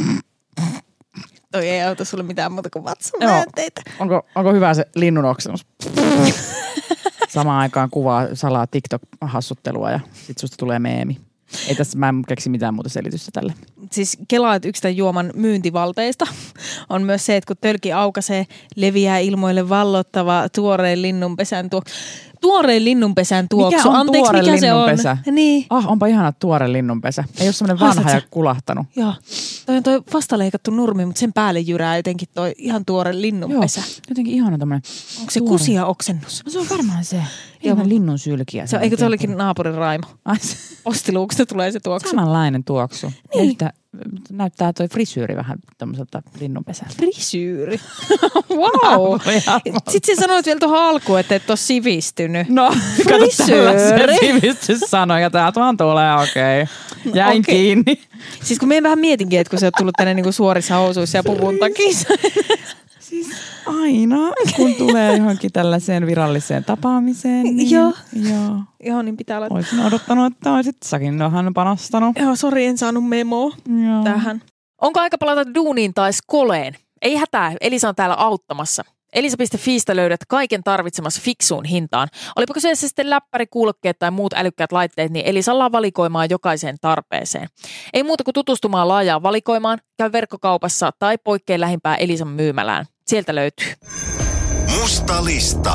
Toi ei auta sulle mitään muuta kuin vatsamyönteitä. Onko, onko hyvä se linnun oksennus? Samaan aikaan kuvaa salaa TikTok-hassuttelua ja sit susta tulee meemi. Ei tässä, mä en keksi mitään muuta selitystä tälle. Siis kelaa, että yksi tämän juoman myyntivalteista on myös se, että kun tölki aukaisee, leviää ilmoille vallottava tuoreen linnunpesän tuo. Tuoreen linnunpesän tuoksu. Mikä on Anteeksi, tuore mikä linnunpesä? Se on? Niin. Ah, onpa ihana tuore linnunpesä. Ei ole semmoinen vanha Haistat ja kulahtanut. Joo. Toi on toi vastaleikattu nurmi, mutta sen päälle jyrää jotenkin toi ihan tuore linnunpesä. Joo, jotenkin ihana tommoinen. Onko se kusia oksennus? No se on varmaan se. Ihan linnun sylkiä. Se on, eikö se olikin naapurin Raimo? Postiluukusta tulee se tuoksu. Samanlainen tuoksu. Niin. Yhtä, näyttää toi frisyyri vähän tämmöiseltä linnunpesältä. Frisyyri? Wow. Sitten sä sanoit vielä tuohon alkuun, että et ole sivistynyt. No, frisyyri. Sivistyssanoja täältä vaan tulee, okei. Okay. Jäin okay. kiinni. Siis kun me vähän mietinkin, että kun sä oot tullut tänne niinku suorissa housuissa ja puvun takissa. Siis aina, kun tulee johonkin tällaiseen viralliseen tapaamiseen. Niin, joo. Joo. Joo, niin pitää laittaa. Olisin odottanut, että olisit säkin vähän panostanut. Joo, sori, en saanut memoa joo. tähän. Onko aika palata duuniin tai skoleen? Ei hätää, Elisa on täällä auttamassa. Elisa piste fiistä löydät kaiken tarvitsemassa fiksuun hintaan. Olipa kyseessä sitten läppäri, kuulokkeet tai muut älykkäät laitteet, niin Elisalla on valikoimaa jokaiseen tarpeeseen. Ei muuta kuin tutustumaan laajaan valikoimaan, käy verkkokaupassa tai poikkeen lähimpää Elisan myymälään. Sieltä löytyy. Musta lista.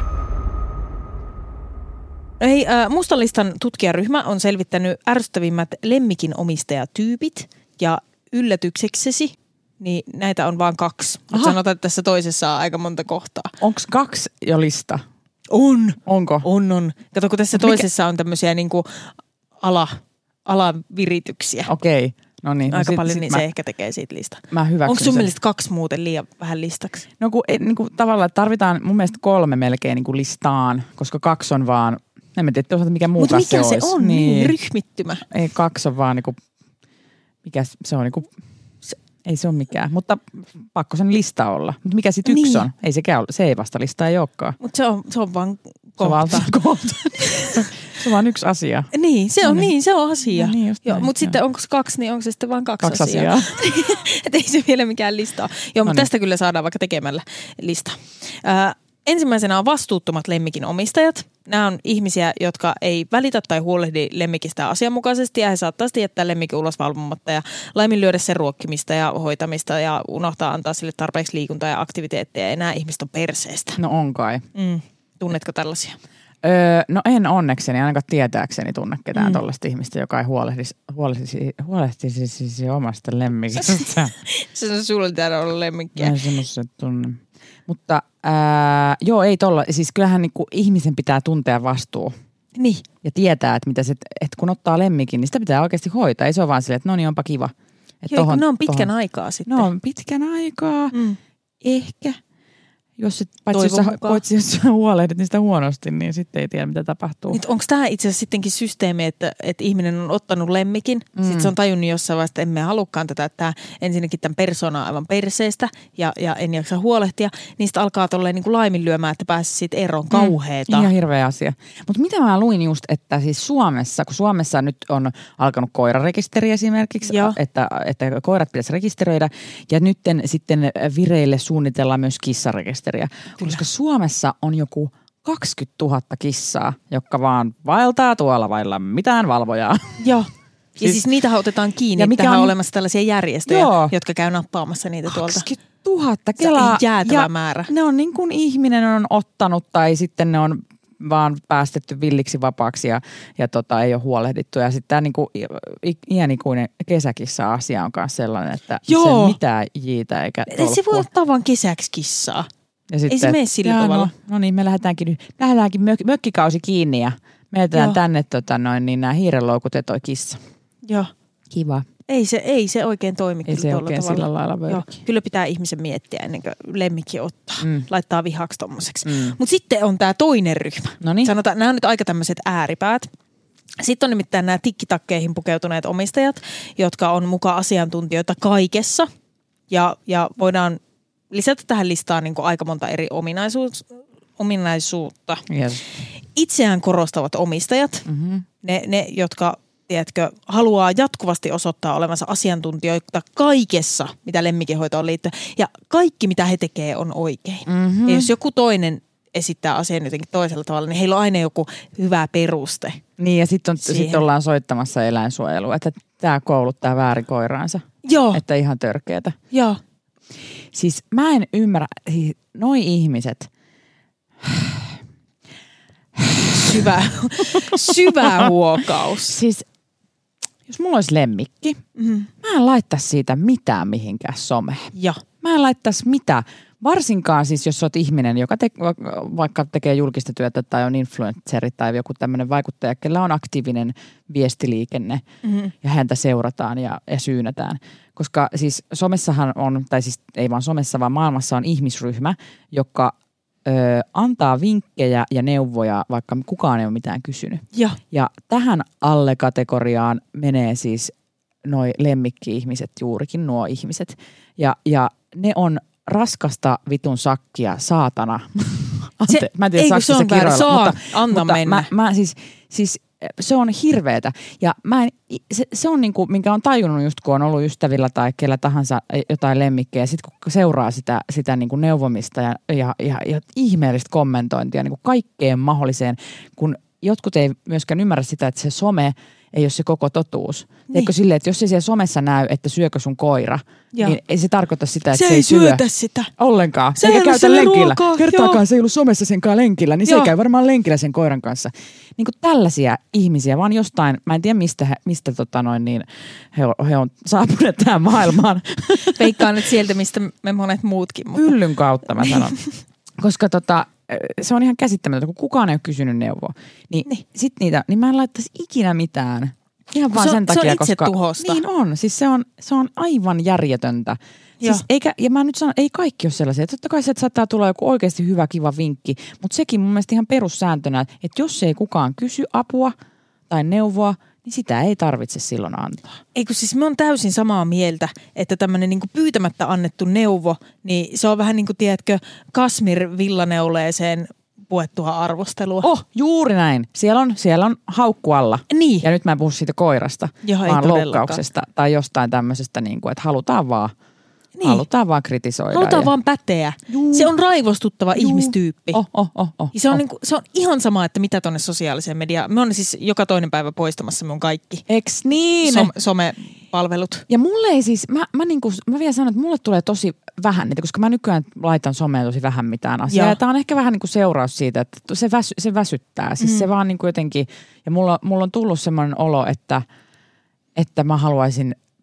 Ei, äh, Mustan listan tutkijaryhmä on selvittänyt ärsyttävimmät lemmikin omistajatyypit ja yllätykseksesi, niin näitä on vain kaksi. Sanotaan, että tässä toisessa on aika monta kohtaa. Onko kaksi jo lista? On. Onko? On, on. Kato, kun tässä toisessa mikä? On tämmöisiä niinku ala, alavirityksiä. Okei. No niin. Aika no sit, paljon, sit niin mä, se ehkä tekee siitä lista. Mä hyväksyn Onko sun sen. mielestä kaksi muuten liian vähän listaksi? No kun, niin kuin, tavallaan tarvitaan mun mielestä kolme melkein niin kuin listaan, koska kaksi on vaan, en mä tiedä, mikä muu Mutta mikä se olisi. on? Niin. Ryhmittymä. Ei, kaksi on vaan niin kuin, mikä se on niin kuin, se, ei se ole mikään, mutta pakko sen lista olla. Mutta mikä sitten yksi niin. on? Ei sekään ole, se ei vasta lista ei olekaan. Mutta se on, se on vaan kohta. Se on vaan kohta. Se on vaan yksi asia. Niin, se on, no niin. niin, se on asia. No niin, mutta sitten onko kaksi, niin onko se sitten vaan kaksi, kaksi asiaa? asiaa. Että ei se vielä mikään lista. Joo, mutta no tästä niin. Kyllä saadaan vaikka tekemällä lista. Äh, ensimmäisenä on vastuuttomat lemmikin omistajat. Nämä on ihmisiä, jotka ei välitä tai huolehdi lemmikistä asianmukaisesti ja he saattaisi jättää lemmikin ulos valvomatta ja laiminlyödä sen ruokkimista ja hoitamista ja unohtaa antaa sille tarpeeksi liikuntaa ja aktiviteetteja ja nämä ihmiset on perseestä. No on kai. Mm. Tunnetko tällaisia? Öö, no en onnekseni, ainakaan tietääkseni tunne ketään mm. tollaista ihmistä, joka ei huolehtisi, huolehtisi, huolehtisi siis omasta lemmikistä. Se on sulle täällä ollut lemmikkiä. En semmoisen tunne. Mutta ää, joo, ei tolla. Siis kyllähän niinku ihmisen pitää tuntea vastuu. Niin. Ja tietää, että, mitä se, että kun ottaa lemmikin, niin sitä pitää oikeasti hoitaa. Ei se ole vaan silleen, että no niin, onpa kiva. Joo, tohon, kun ne on pitkän tohon, aikaa sitten. No on pitkän aikaa, mm. ehkä. Jos sit, paitsi jos sä, paitsi jos sä huolehdit niistä huonosti, niin sitten ei tiedä, mitä tapahtuu. Nyt onko tämä itse asiassa sittenkin systeemi, että, että ihminen on ottanut lemmikin, mm. sitten se on tajunnut jossain vaiheessa, että emme halukkaan tätä, että ensinnäkin tämän persoonaa aivan perseestä ja, ja en jaksa huolehtia, niin sitten alkaa tolleen niin kuin laiminlyömään, että pääsisi siitä eroon kauheeta. Mm. Ihan hirveä asia. Mutta mitä mä luin just, että siis Suomessa, kun Suomessa nyt on alkanut koirarekisteri esimerkiksi, että, että koirat pitäisi rekisteröidä ja nyt sitten vireille suunnitellaan myös kissarekisteri. Kyllä. Koska Suomessa on joku kaksikymmentätuhatta kissaa, jotka vaan vaeltaa tuolla vailla mitään valvojaa. Joo. Ja siis, siis niitä otetaan kiinni, ja mikä tähän on olemassa tällaisia järjestöjä, joo, jotka käy nappaamassa niitä tuolta. kaksikymmentätuhatta kelaa. Se on jäätävä määrä. Ne on niin kuin ihminen on ottanut tai sitten ne on vaan päästetty villiksi vapaaksi ja, ja tota, ei ole huolehdittu. Ja sitten tämä niinku iänikuinen kesäkissa-asia on myös sellainen, että joo, se mitään jiitä eikä tolkkua. Se voi ottaa vaan kesäksi kissaa. Ja sitten, ei se mene sillä tavalla. No, no niin, me lähdetäänkin, lähdetäänkin mök, mökkikausi kiinni ja me jätetään tänne tota, noin, niin nämä hiirenloukut ja toi kissa. Joo. Kiva. Ei se, ei se oikein toimi. Ei se oikein tavalla. Sillä lailla voi. Kyllä pitää ihmisen miettiä ennen kuin lemmikki ottaa. Mm. Laittaa vihaksi tommoseksi. Mm. Mutta sitten on tämä toinen ryhmä. Noniin. Sanotaan, nämä on nyt aika tämmöiset ääripäät. Sitten on nimittäin nämä tikkitakkeihin pukeutuneet omistajat, jotka on mukaan asiantuntijoita kaikessa. Ja, ja voidaan lisätä tähän listaan niin kuin aika monta eri ominaisuus, ominaisuutta. Yes. Itseään korostavat omistajat, mm-hmm. ne, ne, jotka tiedätkö, haluaa jatkuvasti osoittaa olevansa asiantuntijoita kaikessa, mitä lemmikinhoitoon liittyy. Ja kaikki, mitä he tekee, on oikein. Mm-hmm. Ja jos joku toinen esittää asian jotenkin toisella tavalla, niin heillä on aina joku hyvä peruste. Niin, ja sitten sit ollaan soittamassa eläinsuojelua, että tämä kouluttaa väärin koiraansa. Joo. Että ihan törkeätä. Joo. Siis mä en ymmärrä, noi ihmiset... Syvä, syvä huokaus. Siis jos mulla olisi lemmikki, mm-hmm. mä en laittaisi siitä mitään mihinkään someen. Ja. Mä en laittaisi mitään. Varsinkaan siis, jos olet ihminen, joka te, vaikka tekee julkista työtä tai on influensseri tai joku tämmöinen vaikuttaja, kellä on aktiivinen viestiliikenne mm-hmm. ja häntä seurataan ja, ja syynätään. Koska siis somessahan on, tai siis ei vaan somessa, vaan maailmassa on ihmisryhmä, joka ö, antaa vinkkejä ja neuvoja, vaikka kukaan ei ole mitään kysynyt. Ja, ja tähän alle kategoriaan menee siis noi lemmikki-ihmiset, juurikin nuo ihmiset. Ja, ja ne on raskasta vitun sakkia, saatana. Ante, se, mä en tiedä, eikö se on väärin, saa, mutta, anna mutta mennä. Mä, mä siis, siis se on hirveetä. Ja mä en, se, se on niinku, minkä on tajunnut just, kun on ollut ystävillä tai kellä tahansa jotain lemmikkejä. Ja sitten kun seuraa sitä, sitä niinku neuvomista ja, ja, ja, ja ihmeellistä kommentointia niinku kaikkeen mahdolliseen, kun jotkut ei myöskään ymmärrä sitä, että se some ei ole se koko totuus. Niin. Eikö silleen, että jos ei siellä somessa näy, että syökö sun koira, ja. niin ei se tarkoita sitä, että se, se ei syö. syötä sitä. Ollenkaan. Se eikä käytä lenkillä. Ruokaa. Kertaakaan Joo. se ei ollut somessa senkaan lenkillä, niin Joo. se ei käy varmaan lenkillä sen koiran kanssa. Niin kuin tällaisia ihmisiä, vaan jostain, mä en tiedä mistä, he, mistä tota noin, niin he, on, he on saapuneet tähän maailmaan. Veikkaan nyt sieltä, mistä me monet muutkin. Mutta. Hyllyn kautta mä sanon. Koska tota... se on ihan käsittämätöntä, kun kukaan ei ole kysynyt neuvoa. Niin, niin. sit niitä, niin mä en laittaisi ikinä mitään. Ihan vaan se, sen takia, se on koska... tuhosta. Niin on. Siis se on, se on aivan järjetöntä. Siis eikä, ja mä nyt sanon, ei kaikki ole sellaisia. Totta kai se, että saattaa tulla joku oikeasti hyvä, kiva vinkki. Mutta sekin mun mielestä ihan perussääntönä, että jos ei kukaan kysy apua tai neuvoa, niin sitä ei tarvitse silloin antaa. Eikö siis mä oon täysin samaa mieltä, että tämmöinen niinku pyytämättä annettu neuvo, niin se on vähän niin kuin, tiedätkö, Kasmir villaneuleeseen puettua arvostelua. Oh, juuri näin. Siellä on, siellä on haukku alla. Niin. Ja nyt mä en puhu siitä koirasta, Joo, vaan loukkauksesta tai jostain tämmöisestä, niin kuin, että halutaan vaan, niin. halutaan vaan kritisoida. Halutaan ja... vaan päteä. Juu. Se on raivostuttava Juu. ihmistyyppi. Oh, oh, oh, oh, se, on oh. niinku, se on ihan sama, että mitä tonne sosiaaliseen mediaan. Me on siis joka toinen päivä poistamassa mun kaikki Eks niin? Som, somepalvelut. Ja mulle ei siis, mä, mä, niinku, mä vielä sanon, että mulle tulee tosi vähän niitä, koska mä nykyään laitan someen tosi vähän mitään asiaa. Ja, ja tää on ehkä vähän niinku seuraus siitä, että se, väsy, se väsyttää. Siis mm. se vaan niinku jotenkin, ja mulla, mulla on tullut semmoinen olo, että, että mä haluaisin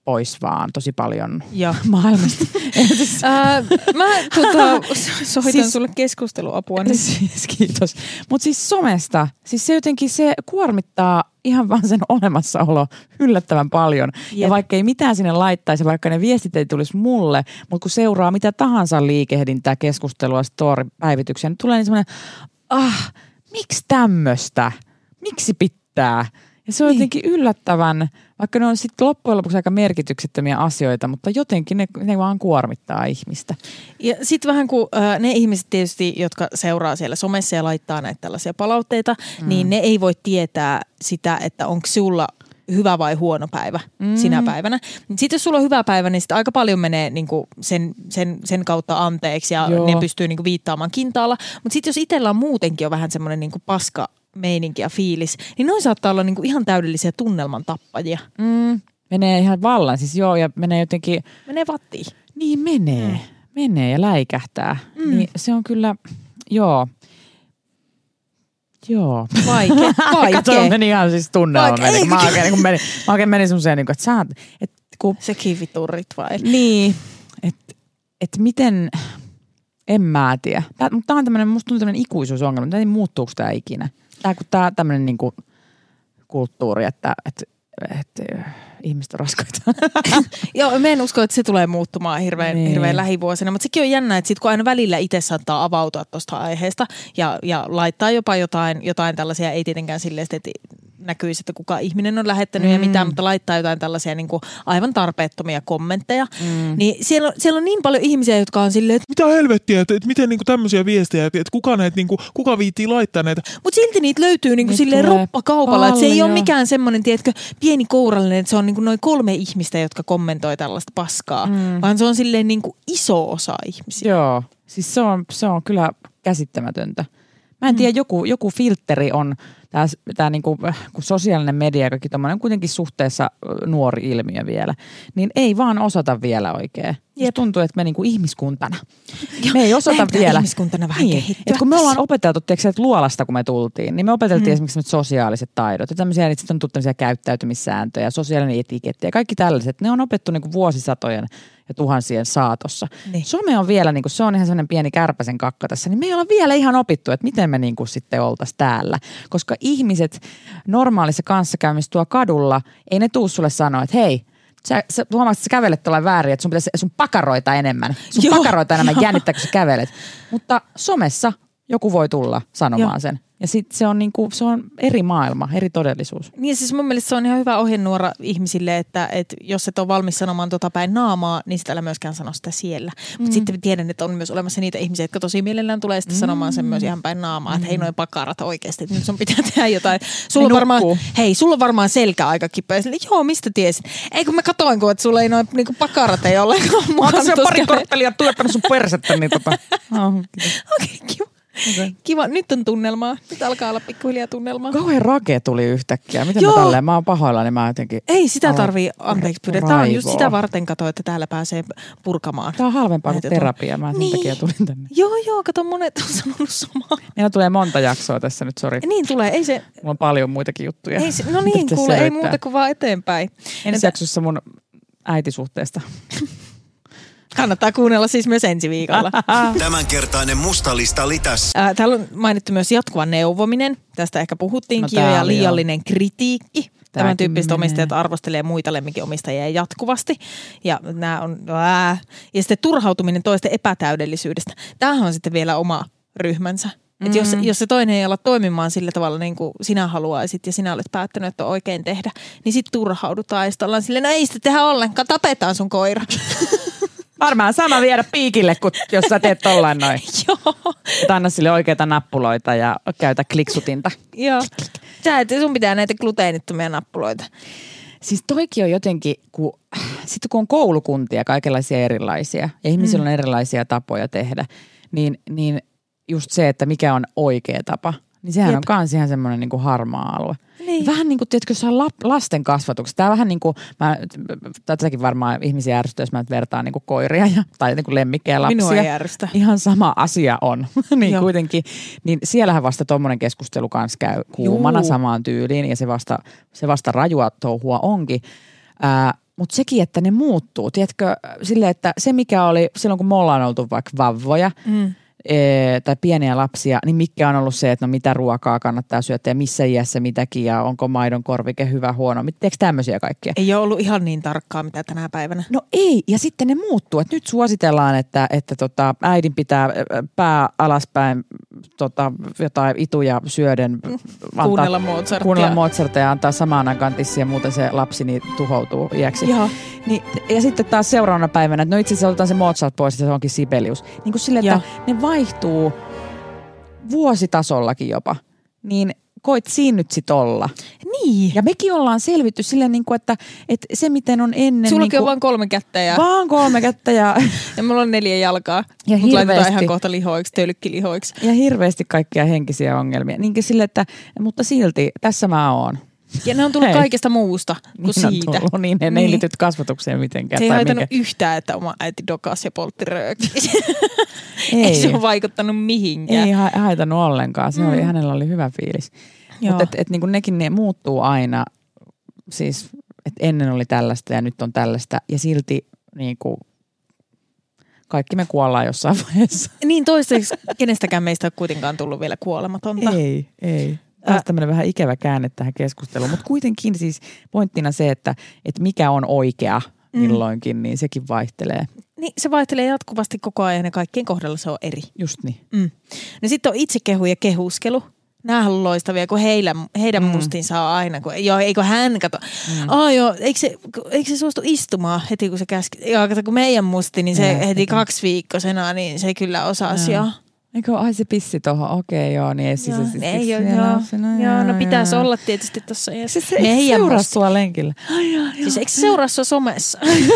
pois vaan tosi paljon ja. maailmasta. siis, äh, mä tota, soitan siis, sulle keskusteluapua. Niin. Siis, kiitos. Mutta siis somesta, siis se jotenkin se kuormittaa ihan vaan sen olemassaolo yllättävän paljon. Jep. Ja vaikka ei mitään sinne laittaisi, vaikka ne viestit ei tulisi mulle, mutta kun seuraa mitä tahansa liikehdintää, keskustelua, story-päivityksiä, niin tulee niin semmoinen, ah, miksi tämmöistä? Miksi pitää? Ja se on niin. jotenkin yllättävän, vaikka ne on sitten loppujen lopuksi aika merkityksettömiä asioita, mutta jotenkin ne, ne vaan kuormittaa ihmistä. Ja sitten vähän kuin äh, ne ihmiset tietysti, jotka seuraa siellä somessa ja laittaa näitä tällaisia palautteita, mm. niin ne ei voi tietää sitä, että onko sulla hyvä vai huono päivä mm. sinä päivänä. Sitten jos sulla on hyvä päivä, niin sitten aika paljon menee niinku sen, sen, sen kautta anteeksi ja Joo. ne pystyy niinku viittaamaan kintaalla. Mutta sitten jos itsellä on muutenkin jo vähän semmoinen niinku paska meininki ja fiilis, niin noin saattaa olla niinku ihan täydellisiä tunnelman tappajia. Mm. Menee ihan vallan, siis joo, ja menee jotenkin... Menee vattiin. Niin menee, mm. menee ja läikähtää. Mm. Niin se on kyllä, joo... Joo. Vaikea, vaikea. Kato, meni ihan siis tunnelma meni. Mä oikein, niin meni, mä oikein menin semmoiseen, niin kuin, että sä... Et, kun, sekin viturit vai? Niin, että et miten... En mä tiedä. Tää, mutta tää on tämmönen, musta tuntuu tämmönen ikuisuusongelma. Tää ei muuttuuko tää ikinä? Tää, kun tää tämmönen niinku kulttuuri, että et, et, ihmiset on raskaita. Joo, mä en usko, että se tulee muuttumaan hirveän, niin. hirveän lähivuosina, mutta sekin on jännä, että sit kun aina välillä itse saattaa avautua tuosta aiheesta ja, ja laittaa jopa jotain, jotain tällaisia, ei tietenkään silleen, että näkyisi, että kuka ihminen on lähettänyt mm. ja mitään, mutta laittaa jotain tällaisia niin kuin aivan tarpeettomia kommentteja. Mm. Niin siellä on, siellä on niin paljon ihmisiä, jotka on silleen, että mitä helvettiä, että, että miten niin kuin tämmöisiä viestejä, että, että kuka, näitä, niin kuin, kuka viittii laittaa näitä. Mutta silti niitä löytyy niin kuin silleen roppakaupalla, että se ei ole mikään semmoinen, tiedätkö, pieni kourallinen, että se on niin kuin noin kolme ihmistä, jotka kommentoi tällaista paskaa, mm. vaan se on silleen niin kuin iso osa ihmisiä. Joo, siis se on, se on kyllä käsittämätöntä. Mä en tiedä, mm. joku, joku filtteri on, tää, tää niinku, kun sosiaalinen media ja kaikki tommoinen on kuitenkin suhteessa nuori ilmiö vielä, niin ei vaan osata vielä oikein. Jep. Tuntuu, että me niinku ihmiskuntana, jo, me ei osata vielä. ihmiskuntana vähän niin. kehittyä. Et kun me ollaan opeteltu, tiedätkö, että luolasta kun me tultiin, niin me opeteltiin mm. esimerkiksi sosiaaliset taidot ja tämmöisiä, niin sitten on tullut tämmöisiä käyttäytymissääntöjä, sosiaalinen etiketti ja kaikki tällaiset. Ne on opettu niinku vuosisatojen ja tuhansien saatossa. Niin. Some on vielä, niinku, se on ihan sellainen pieni kärpäsen kakka tässä, niin me ei olla vielä ihan opittu, että miten me niinku sitten oltaisiin täällä. Koska ihmiset normaalissa kanssakäymistä tuo kadulla, ei ne tuu sulle sanoa, että hei, Sä, sä huomaat, että sä kävelet tuolla väärin, että sun pitäisi sun pakaroita enemmän. Sun Joo, pakaroita enemmän jännittää, kun sä kävelet. Mutta somessa joku voi tulla sanomaan Joo. sen. Ja sitten se on niinku, se on eri maailma, eri todellisuus. Niin siis mun mielestä se on ihan hyvä ohjenuora ihmisille, että, että jos et ole valmis sanomaan tota päin naamaa, niin sitä älä myöskään sano sitä siellä. Mm. Mutta sitten tiedän, että on myös olemassa niitä ihmisiä, jotka tosi mielellään tulee sitten mm. sanomaan sen myös ihan päin naamaa, että hei noi pakarat oikeasti, että nyt sun pitää tehdä jotain. Sulla on varmaan, hei, sulla on varmaan selkä aika kipeä. Sille, joo, mistä tiesit? Ei kun mä katoin, kun että sulla ei noin niinku pakarat ei ollenkaan. Mä oon tässä pari korttelia tuottanut sun persettä, niin tota. Oh, Okei, okay, kiva. Okay. Kiva, nyt on tunnelmaa. Nyt alkaa olla pikkuhiljaa tunnelmaa. Kauhean rake tuli yhtäkkiä. Miten Joo. mä tälleen? Mä oon pahoilla, niin mä jotenkin... Ei sitä tarvii anteeksi pyydä. Tää on just sitä varten, kato, että täällä pääsee purkamaan. Tää on halvempaa kuin terapia. Mä sen niin. takia tulin tänne. Joo, joo, kato, monet on sanonut samaa. Meillä tulee monta jaksoa tässä nyt, sori. Niin tulee, ei se... Mulla on paljon muitakin juttuja. Ei se... No niin, kuule, ei muuta kuin vaan eteenpäin. Ensi jaksossa mun äitisuhteesta. Kannattaa kuunnella siis myös ensi viikolla. Tämänkertainen mustalista oli tässä. Äh, täällä on mainittu myös jatkuva neuvominen. Tästä ehkä puhuttiinkin no, jo. Ja liiallinen jo. kritiikki. Tämäkin Tämän tyyppiset menee. Omistajat arvostelee muita lemmikinomistajia jatkuvasti. Ja nämä on... Ää. Ja sitten turhautuminen toisten epätäydellisyydestä. Tämähän on sitten vielä oma ryhmänsä. Mm-hmm. Että jos, jos se toinen ei ala toimimaan sillä tavalla niin kuin sinä haluaisit ja sinä olet päättänyt, että on oikein tehdä, niin sitten turhaudutaan ja sitten ollaan silleen, no ei sitä tehdä ollenkaan, tapetaan sun koira. Varmaan sama viedä piikille, kun jos sä teet tollain noin. Joo. Että anna sille oikeita nappuloita ja käytä kliksutinta. Joo. Sä et, sun pitää näitä gluteenittomia nappuloita. Siis toikin on jotenkin, kun, sitten kun on koulukuntia kaikenlaisia erilaisia ja ihmisillä mm. on erilaisia tapoja tehdä, niin, niin just se, että mikä on oikea tapa, niin sehän Jep. on kans ihan semmoinen niin kuin harmaa alue. Niin. Vähän niin kuin, tiedätkö, jos on lasten kasvatuksessa. Tämä on vähän niin kuin, mä, tätäkin varmaan ihmisiä ärsyttää, jos mä nyt vertaan niin kuin koiria ja, tai niin kuin lemmikkejä lapsia. Minua ei ärsytä. Ihan sama asia on. niin Joo. kuitenkin, niin siellähän vasta tommonen keskustelu kanssa käy kuumana Juu. samaan tyyliin ja se vasta, se vasta rajua touhua onkin. Ää, Mutta sekin, että ne muuttuu. Tiedätkö, silleen, että se mikä oli silloin, kun me ollaan oltu vaikka vavvoja, mm. Ee, tai pieniä lapsia, niin mikä on ollut se, että no mitä ruokaa kannattaa syöttää ja missä iässä mitäkin ja onko maidon korvike hyvä, huono. Teekö tämmöisiä kaikkia? Ei ole ollut ihan niin tarkkaa mitä tänä päivänä. No ei, ja sitten ne muuttuu. Et nyt suositellaan, että, että tota, äidin pitää pää alaspäin tota, jotain ituja syöden antaa, kuunnella Mozartia. Kuunnella Mozartia ja antaa samaan aikaan tissiä, muuten se lapsi niin tuhoutuu iäksi. Niin, ja sitten taas seuraavana päivänä, että no itse asiassa otetaan se Mozart pois ja se onkin Sibelius. Niin kuin sille, että ne vaihtuu vuositasollakin jopa, niin koit siinä nyt sit olla. Niin. Ja mekin ollaan selvitty silleen, niin kuin, että, että se miten on ennen... Sullakin niin on vaan kolme kättä. Ja... Vaan kolme kättä ja... ja mulla on neljä jalkaa. Ja mut laitetaan ihan kohta lihoiksi, tölkkilihoiksi. Ja hirveästi kaikkia henkisiä ongelmia. Niinkin sille, että mutta silti tässä mä oon. Ja ne on tullut Hei. kaikesta muusta kuin niin siitä. Tullut, niin ne niin. ei liity kasvatukseen mitenkään. Se ei haitannut minkä... yhtään, että oma äiti dokas ja poltti röökiä. ei. ei se ole vaikuttanut mihinkään. Ei ha- haitannut ollenkaan. Se mm. oli, hänellä oli hyvä fiilis. Mutta et, et, niin nekin ne muuttuu aina. Siis, että ennen oli tällaista ja nyt on tällaista. Ja silti niin kuin, kaikki me kuollaan jossain vaiheessa. Niin toistaiseksi kenestäkään meistä on kuitenkaan tullut vielä kuolematonta. Ei, ei. Tämä on tämmöinen vähän ikävä käänne tähän keskusteluun, mutta kuitenkin siis pointtina se, että, että mikä on oikea milloinkin, mm. niin sekin vaihtelee. Niin, se vaihtelee jatkuvasti koko ajan ja kaikkien kohdalla se on eri. Just niin. Mm. No sitten on itsekehu ja kehuskelu. Nämähän on loistavia, kun heillä, heidän mm. mustinsa on aina, kun joo, eikö hän kato. Mm. Aa joo, eikö se, eikö se suostu istumaan heti kun se käski. Joo, kato kun meidän musti, niin se ja, heti eikä. kaksiviikkosena, niin se kyllä osasi jo. Eikö, ai se pissi tohon, okei joo, niin ei siis se siis ei joo, joo, joo, no pitäisi olla tietysti tossa. Se, se eikö seuraa sua lenkillä? Ai joo, siis eikö se seuraa sua somessa?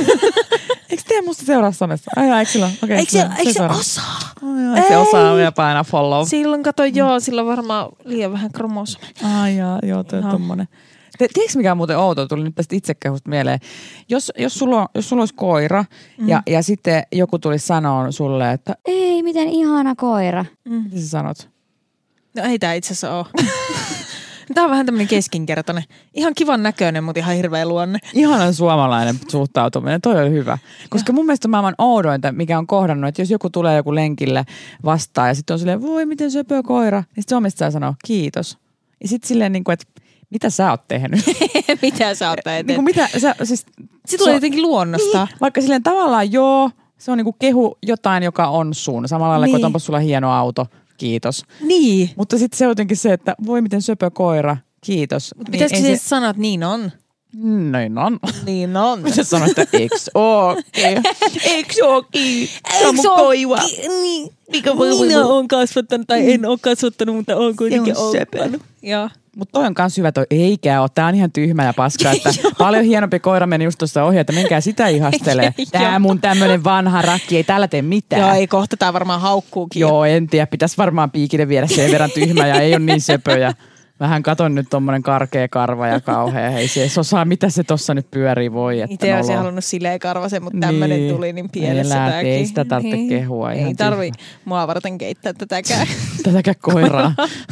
Eikö teidän musta seuraa somessa? Ai joo, eikö sillä okay, eikö se, eikö se osaa? Ai joo, eikö se osaa vielä painaa follow? Silloin kato, joo, sillä on varmaan liian vähän kromosomia. Ai joo, joo, toi on tommonen. Tiedätkö mikä on muuten outoa? Tuli nyt tästä itsekehusta mieleen. Jos, jos, sulla, on, jos sulla olisi koira mm. ja, ja sitten joku tulisi sanoa sulle, että ei, miten ihana koira. Mm. Mitä sä sanot? No ei tää itse asiassa ole. Tää on vähän tämmönen keskinkertainen. Ihan kivan näköinen, mutta ihan hirveä luonne. Ihanan suomalainen suhtautuminen. Toi on hyvä. Koska mun mielestä maailman oudointa, mikä on kohdannut, että jos joku tulee joku lenkille vastaan ja sitten on silleen, voi miten söpö koira. Niin sitten se omistaja sanoo, kiitos. Ja sitten silleen niin kuin, että mitä sä oot tehnyt? mitä sä oot tehnyt? Niin mitä sä, siis, se tulee jotenkin luonnosta. Niin, vaikka silleen tavallaan joo, se on niinku kehu jotain, joka on sun. Samalla lailla, niin. Kun onpa sulla hieno auto, kiitos. Niin. Mutta sitten se on jotenkin se, että voi miten söpö koira, kiitos. Mutta niin, pitäisikö siis se sanoa, että niin on? Niin on. Niin on. Mitä sanoit, että eiks ookin? Eiks ookin? Se on mun koiva. Niin. Minä olen kasvattanut tai en ole kasvattanut, mutta olen kuitenkin ollut. Mutta toi on kans hyvä, toi eikä ole. Tää on ihan tyhmä ja paska, että paljon hienompi koira meni just tuossa ohi, että menkää sitä ihastelee. Tää mun tämmönen vanha rakki, ei täällä tee mitään. Joo, ei kohta tää varmaan haukkuukin. Joo, en tiedä. Pitäisi varmaan piikille viedä sen verran tyhmä ja ei ole niin söpöjä. Vähän katon nyt tommonen karkea karva ja kauhea. Hei se edes osaa, mitä se tossa nyt pyörii voi. Itse olisin halunnut silleen karvasen, mutta tämmönen niin. Tuli niin pielessä tääkin. Ei sitä tarvitse niin. Kehua. Ei tarvii mua varten keittää tätäkään. Tätäkään koiraa.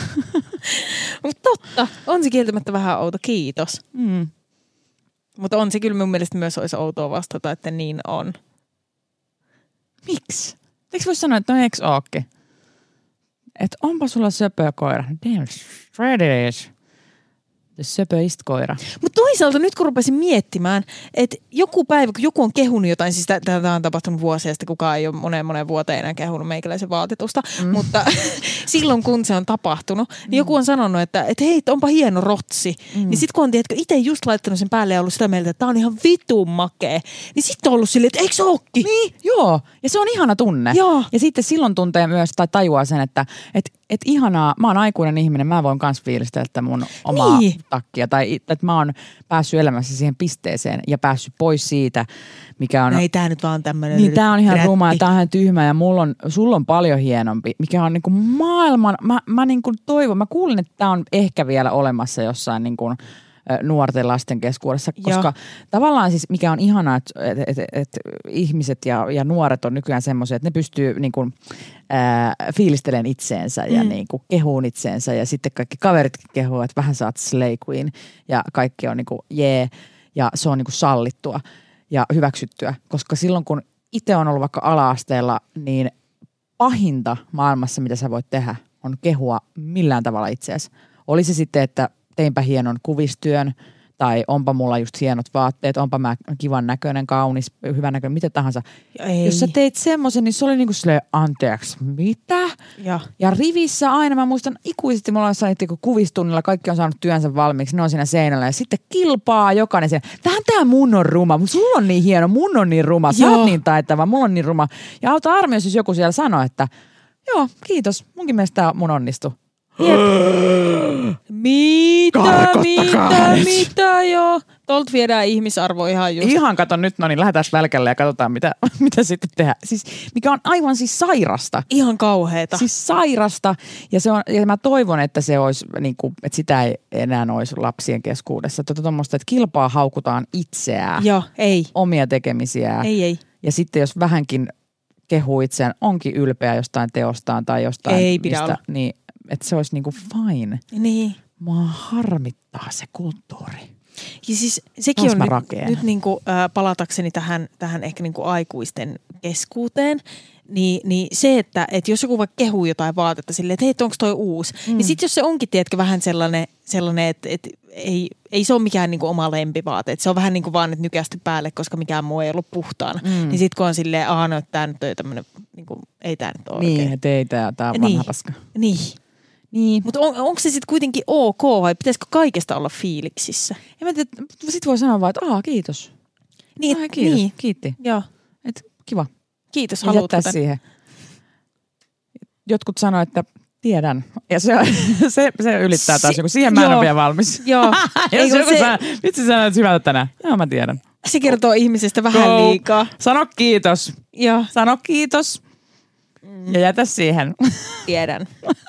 Mutta totta, on se kieltämättä vähän outo, kiitos. Mm. Mutta on se kyllä mun mielestä myös olisi outoa vastata, että niin on. Miksi? Eikö voi sanoa, että no eikö ookin? Että onpa sulla söpöä koira. Damn straight it is. The söpöist koira. Mutta toisaalta nyt kun rupesin miettimään, että joku päivä, kun joku on kehunut jotain, siis tämä on tapahtunut vuosia sitten, kukaan ei ole moneen moneen vuoteen enää kehunut meikäläisen vaatetusta, mm. mutta silloin kun se on tapahtunut, niin mm. joku on sanonut, että, että hei, onpa hieno rotsi. Mm. Niin sitten kun on tiedätkö, itse just laittanut sen päälle ja ollut sitä mieltä, että tämä on ihan vitun makea, niin sitten on ollut silleen, että eikö se ookin? Niin, joo. Ja se on ihana tunne. Joo. Ja sitten silloin tuntee myös, tai tajuaa sen, että et, et ihanaa, mä oon aikuinen ihminen, mä voin kans fiilistellä mun omaa niin. takkia. Tai että mä oon päässyt elämässä siihen pisteeseen ja päässyt pois siitä, mikä on... No ei tää nyt vaan tämmönen... Niin tää on ihan ruma ja tää on ihan tyhmä ja mulla on, sulla on paljon hienompi, mikä on niinku maailman... Mä, mä niinku toivon, mä kuulin, että tää on ehkä vielä olemassa jossain niinku nuorten lasten keskuudessa, koska ja. Tavallaan siis mikä on ihanaa, että et, et, et ihmiset ja, ja nuoret on nykyään semmoisia, että ne pystyy niin kuin, ää, fiilistelemään itseensä mm. ja niin kuin kehuun itseensä ja sitten kaikki kaveritkin kehuu, että vähän sä oot slay queen ja kaikki on niin kuin jee. ja se on niin kuin sallittua ja hyväksyttyä. Koska silloin kun itse on ollut vaikka ala-asteella, niin pahinta maailmassa, mitä sä voit tehdä, on kehua millään tavalla itseäsi. Oli se sitten, että teinpä hienon kuvistyön, tai onpa mulla just hienot vaatteet, onpa mä kivan näköinen, kaunis, hyvän näköinen, mitä tahansa. Ei. Jos sä teit semmoisen, niin se oli niinku silleen, anteeksi, mitä? Ja. ja rivissä aina, mä muistan ikuisesti, mulla on saanut kuvistunnilla, kaikki on saanut työnsä valmiiksi, ne on siinä seinällä ja sitten kilpaa jokainen siellä. Vähän tää mun on ruma, mutta sulla on niin hieno, mun on niin ruma, sä oot niin taitava, mulla on niin ruma. Ja auta armios, jos joku siellä sanoo, että joo, kiitos, munkin mielestä tää mun onnistui. Mitä, Karkottakaa mitä, nyt. mitä, joo. Tolta viedään ihmisarvo ihan just. Ihan kato nyt, no niin lähdetään välkälle ja katsotaan mitä, mitä sitten tehdään. Siis, mikä on aivan siis sairasta. Ihan kauheeta. Siis sairasta. Ja, se on, ja mä toivon, että se olisi, niin kuin, että sitä ei enää olisi lapsien keskuudessa. Tuota tuommoista, että kilpaa haukutaan itseään. Joo, ei. Omia tekemisiään. Ei, ei. Ja sitten jos vähänkin kehuu itseään, onkin ylpeä jostain teostaan tai jostain. Ei pidä mistä, olla. niin, että se olisi niin kuin fine. Niin. Mua harmittaa se kulttuuri. Ja siis sekin Taas on mä nyt, rakeen. nyt niin kuin, äh, palatakseni tähän, tähän ehkä niin kuin aikuisten keskuuteen, niin, niin se, että, että jos joku vaikka kehuu jotain vaatetta silleen, että hei, onko toi uusi, mm. niin sitten jos se onkin, tiedätkö, vähän sellainen, sellainen että, että ei, ei se ole mikään niin kuin oma lempivaate, että se on vähän niin kuin vaan, että nykästy päälle, koska mikään muu ei ollut puhtaana. Mm. Niin sitten kun on silleen, aah, no, että tämä nyt on tämmöinen, niin kuin, ei tämä nyt ole Niin, oikein. että ei tää, tää on Niin. vanha paska. Niin. Niin. Mutta on, onko se sitten kuitenkin ok vai pitäisikö kaikesta olla fiiliksissä? En mä tiedä, sit voi sanoa vaan, että aah, kiitos. Niin, Ai, kiitos, niin. kiitti. Joo. Et, kiva. Kiitos, Ja haluatko jättää tän? siihen. Jotkut sanoo, että tiedän. Ja se, se, se ylittää taas Se- joku. Siihen mä en joo. ole vielä valmis. Joo. Jos Eikö joku se- sanoo, vitsi sanoo, että hyvältä tänään. Joo, mä tiedän. Se kertoo ihmisestä vähän Go. liikaa. Sano kiitos. Joo, Sano kiitos. Ja jätä siihen. tiedän.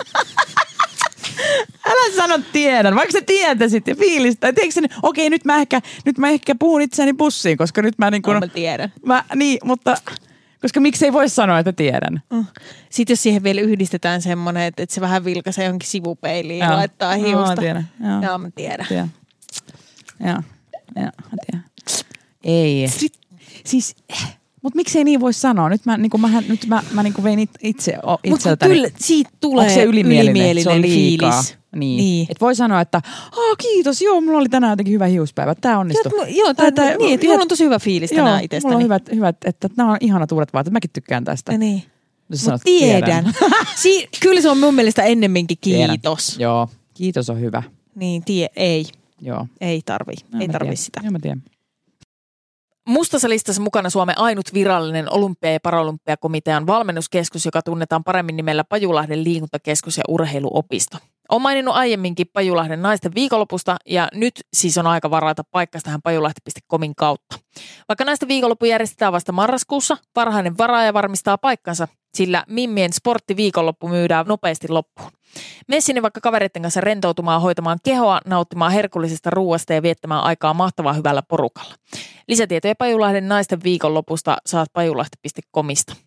Älä sano tiedän, vaikka sä tietäisit ja fiilistä. Tiedätkö sä, okei, nyt mä ehkä, nyt mä ehkä puhun itseäni bussiin, koska nyt mä niin kuin... No, mä tiedän. Mä, niin, mutta... Koska miksei voi sanoa, että tiedän. Sitten jos siihen vielä yhdistetään semmoinen, että, että se vähän vilkaisee johonkin sivupeiliin ja Joo. laittaa Joo, hiusta. mä tiedän. Joo. Joo, mä tiedän. Tiedän. Joo, joo, mä tiedän. Ei. Siis, mutta miksei niin voi sanoa? Nyt mä, niin kuin, mä, nyt mä, mä niin kuin vein itse o, Mutta itseltäni. kyllä siitä tulee Onko se ylimielinen? ylimielinen Se on liikaa. fiilis. Niin. Niin. Et voi sanoa, että Aa, kiitos, joo, mulla oli tänään jotenkin hyvä hiuspäivä. Tää onnistui. Joo, joo tää, Tai- tai- niin, että joo, mulla on tosi hyvä fiilis Joo, tänään itsestäni. mulla on hyvät, hyvät, että nämä on ihanat uudet vaatteet. Mäkin tykkään tästä. Ja niin. Jos Mut sanot, tiedän. si- kyllä se on mun mielestä ennemminkin Tiedän. kiitos. Joo, kiitos on hyvä. Niin, tie, ei. Joo. Ei tarvii. No, ei mä tarvii tiedän. sitä. Joo, mä tiedän. Mustassa listassa mukana Suomen ainut virallinen olympia- ja paralympiakomitean valmennuskeskus, joka tunnetaan paremmin nimellä Pajulahden liikuntakeskus ja urheiluopisto. Olen maininnut aiemminkin Pajulahden naisten viikonlopusta ja nyt siis on aika varata paikkansa tähän pajulahti piste comin kautta. Vaikka naisten viikonloppu järjestetään vasta marraskuussa, varhainen varaaja varmistaa paikkansa, sillä Mimmien sporttiviikonloppu myydään nopeasti loppuun. Mene sinne vaikka kavereiden kanssa rentoutumaan, hoitamaan kehoa, nauttimaan herkullisesta ruuasta ja viettämään aikaa mahtavaa hyvällä porukalla. Lisätietoja Pajulahden naisten viikonlopusta saat pajulahti piste comista.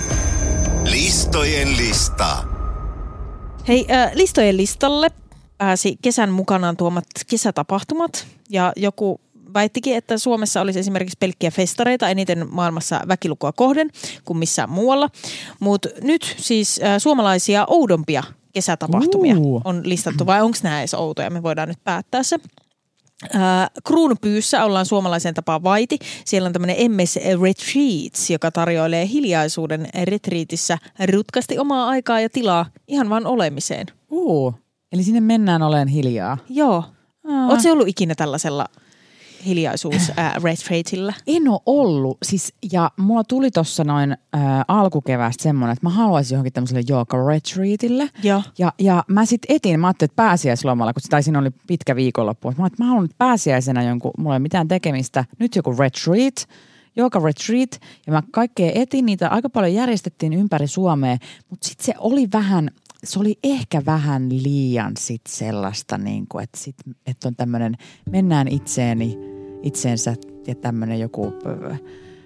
Listojen lista. Hei, äh, listojen listalle pääsi kesän mukanaan tuomat kesätapahtumat ja joku väittikin, että Suomessa olisi esimerkiksi pelkkiä festareita eniten maailmassa väkilukua kohden kuin missään muualla. Mutta nyt siis äh, suomalaisia oudompia kesätapahtumia Uh. on listattu, vai onko nämä edes outoja? Me voidaan nyt päättää se. Äh, Kruunupyyssä ollaan suomalaiseen tapaan vaiti. Siellä on tämmöinen M S Retreats, joka tarjoilee hiljaisuuden retriitissä rutkasti omaa aikaa ja tilaa ihan vaan olemiseen. Uh, eli sinne mennään oleen hiljaa. Joo. Aa. Oletko ollut ikinä tällaisella hiljaisuus äh, retreatillä? En ole ollut. Siis, ja mulla tuli tuossa noin äh, alkukeväästä semmoinen, että mä haluaisin johonkin tämmöiselle yoga-retreatille. Joo. Ja, ja mä sitten etin, mä ajattelin, että pääsiäislomalla, kun tai siinä oli pitkä viikonloppu. Mä ajattelin, että mä haluan nyt pääsiäisenä jonkun, mulla ei ole mitään tekemistä. Nyt joku retreat, yoga-retreat. Ja mä kaikkea etin, niitä aika paljon järjestettiin ympäri Suomea. Mutta sitten se oli vähän, se oli ehkä vähän liian sit sellaista, niin kuin, että, sit, että on tämmöinen, mennään itseeni, itseensä ja tämmöinen joku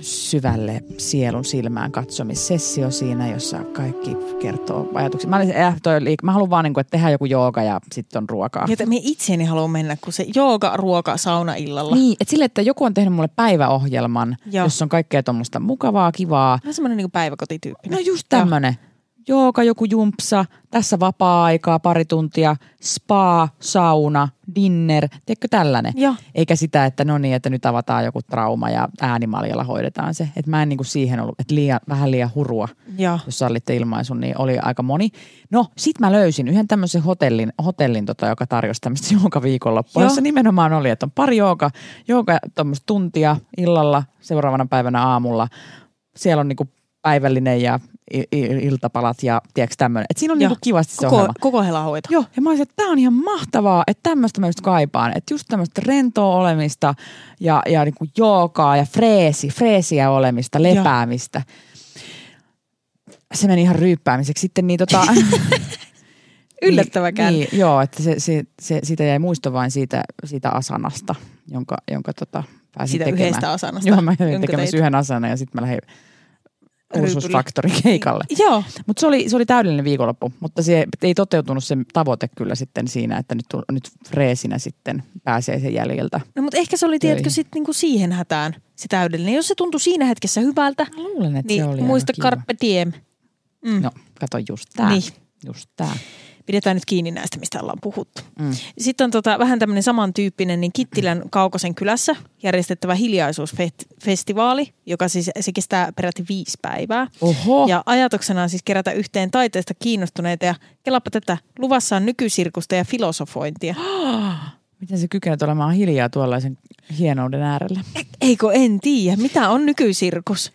syvälle sielun silmään katsomissessio siinä, jossa kaikki kertoo ajatuksia. Mä, olin, äh, toi liik- mä haluan vaan, niin kuin, että tehdään joku jooga ja sitten on ruokaa. Jota me itseeni haluan mennä, kun se jooga, ruoka, sauna illalla. Niin, että sille, että joku on tehnyt mulle päiväohjelman, Joo. jossa on kaikkea tuommoista mukavaa, kivaa. Vähän semmoinen niin kuin päiväkotityyppinen. No just tämmönen. Jooga, joku jumpsa, tässä vapaa-aikaa, pari tuntia, spa, sauna, dinner, tiedätkö tällainen? Joo. Eikä sitä, että no niin, että nyt avataan joku trauma ja äänimaljalla hoidetaan se. Että mä en niinku siihen ollut, että liian, vähän liian hurua, Joo. jos sallitte ilmaisun, niin oli aika moni. No sit mä löysin yhden tämmöisen hotellin, hotellin tota, joka tarjosi tämmöistä jooga-viikonloppua, jossa nimenomaan oli, että on pari jooga, jooga tommoista tuntia illalla, seuraavana päivänä aamulla. Siellä on niinku päivällinen ja iltapalat ja tiedätkö tämmöinen. Että siinä on niinku kivasti se koko, ohjelma. Koko helahoito. Joo, ja mä olisin, että tää on ihan mahtavaa, että tämmöistä mä just kaipaan. Että just tämmöistä rentoa olemista ja, ja niinku joogaa ja freesi, freesiä olemista, lepäämistä. Se meni ihan ryyppäämiseksi. Sitten niin tota... Yllättäväkään. Niin, joo, että se, se, se, siitä jäi muisto vain siitä, siitä asanasta, jonka, jonka tota, pääsin siitä tekemään. yhdestä asanasta. Joo, mä olin tekemässä yhden asanan ja sitten mä lähdin Ursus Factory keikalle. Joo. Mutta se oli, se oli täydellinen viikonloppu, mutta se ei toteutunut se tavoite kyllä sitten siinä, että nyt, nyt freesinä sitten pääsee sen jäljeltä. No mutta ehkä se oli, tiedätkö, sitten niinku siihen hätään se täydellinen. Jos se tuntui siinä hetkessä hyvältä, Mä luulen, että niin se oli muista kiva. carpe diem. Mm. No, kato just tää. Niin. Just tää. Pidetään nyt kiinni näistä, mistä ollaan puhuttu. Mm. Sitten on tota, vähän tämmöinen samantyyppinen, niin Kittilän Kaukosen kylässä järjestettävä hiljaisuusfestivaali, joka siis se kestää peräti viisi päivää. Oho. Ja ajatuksena on siis kerätä yhteen taiteesta kiinnostuneita ja kelapa tätä, luvassa on nykysirkusta ja filosofointia. Miten se kykenee olemaan hiljaa tuollaisen hienouden äärellä? Eikö en tiedä, mitä on nykysirkus?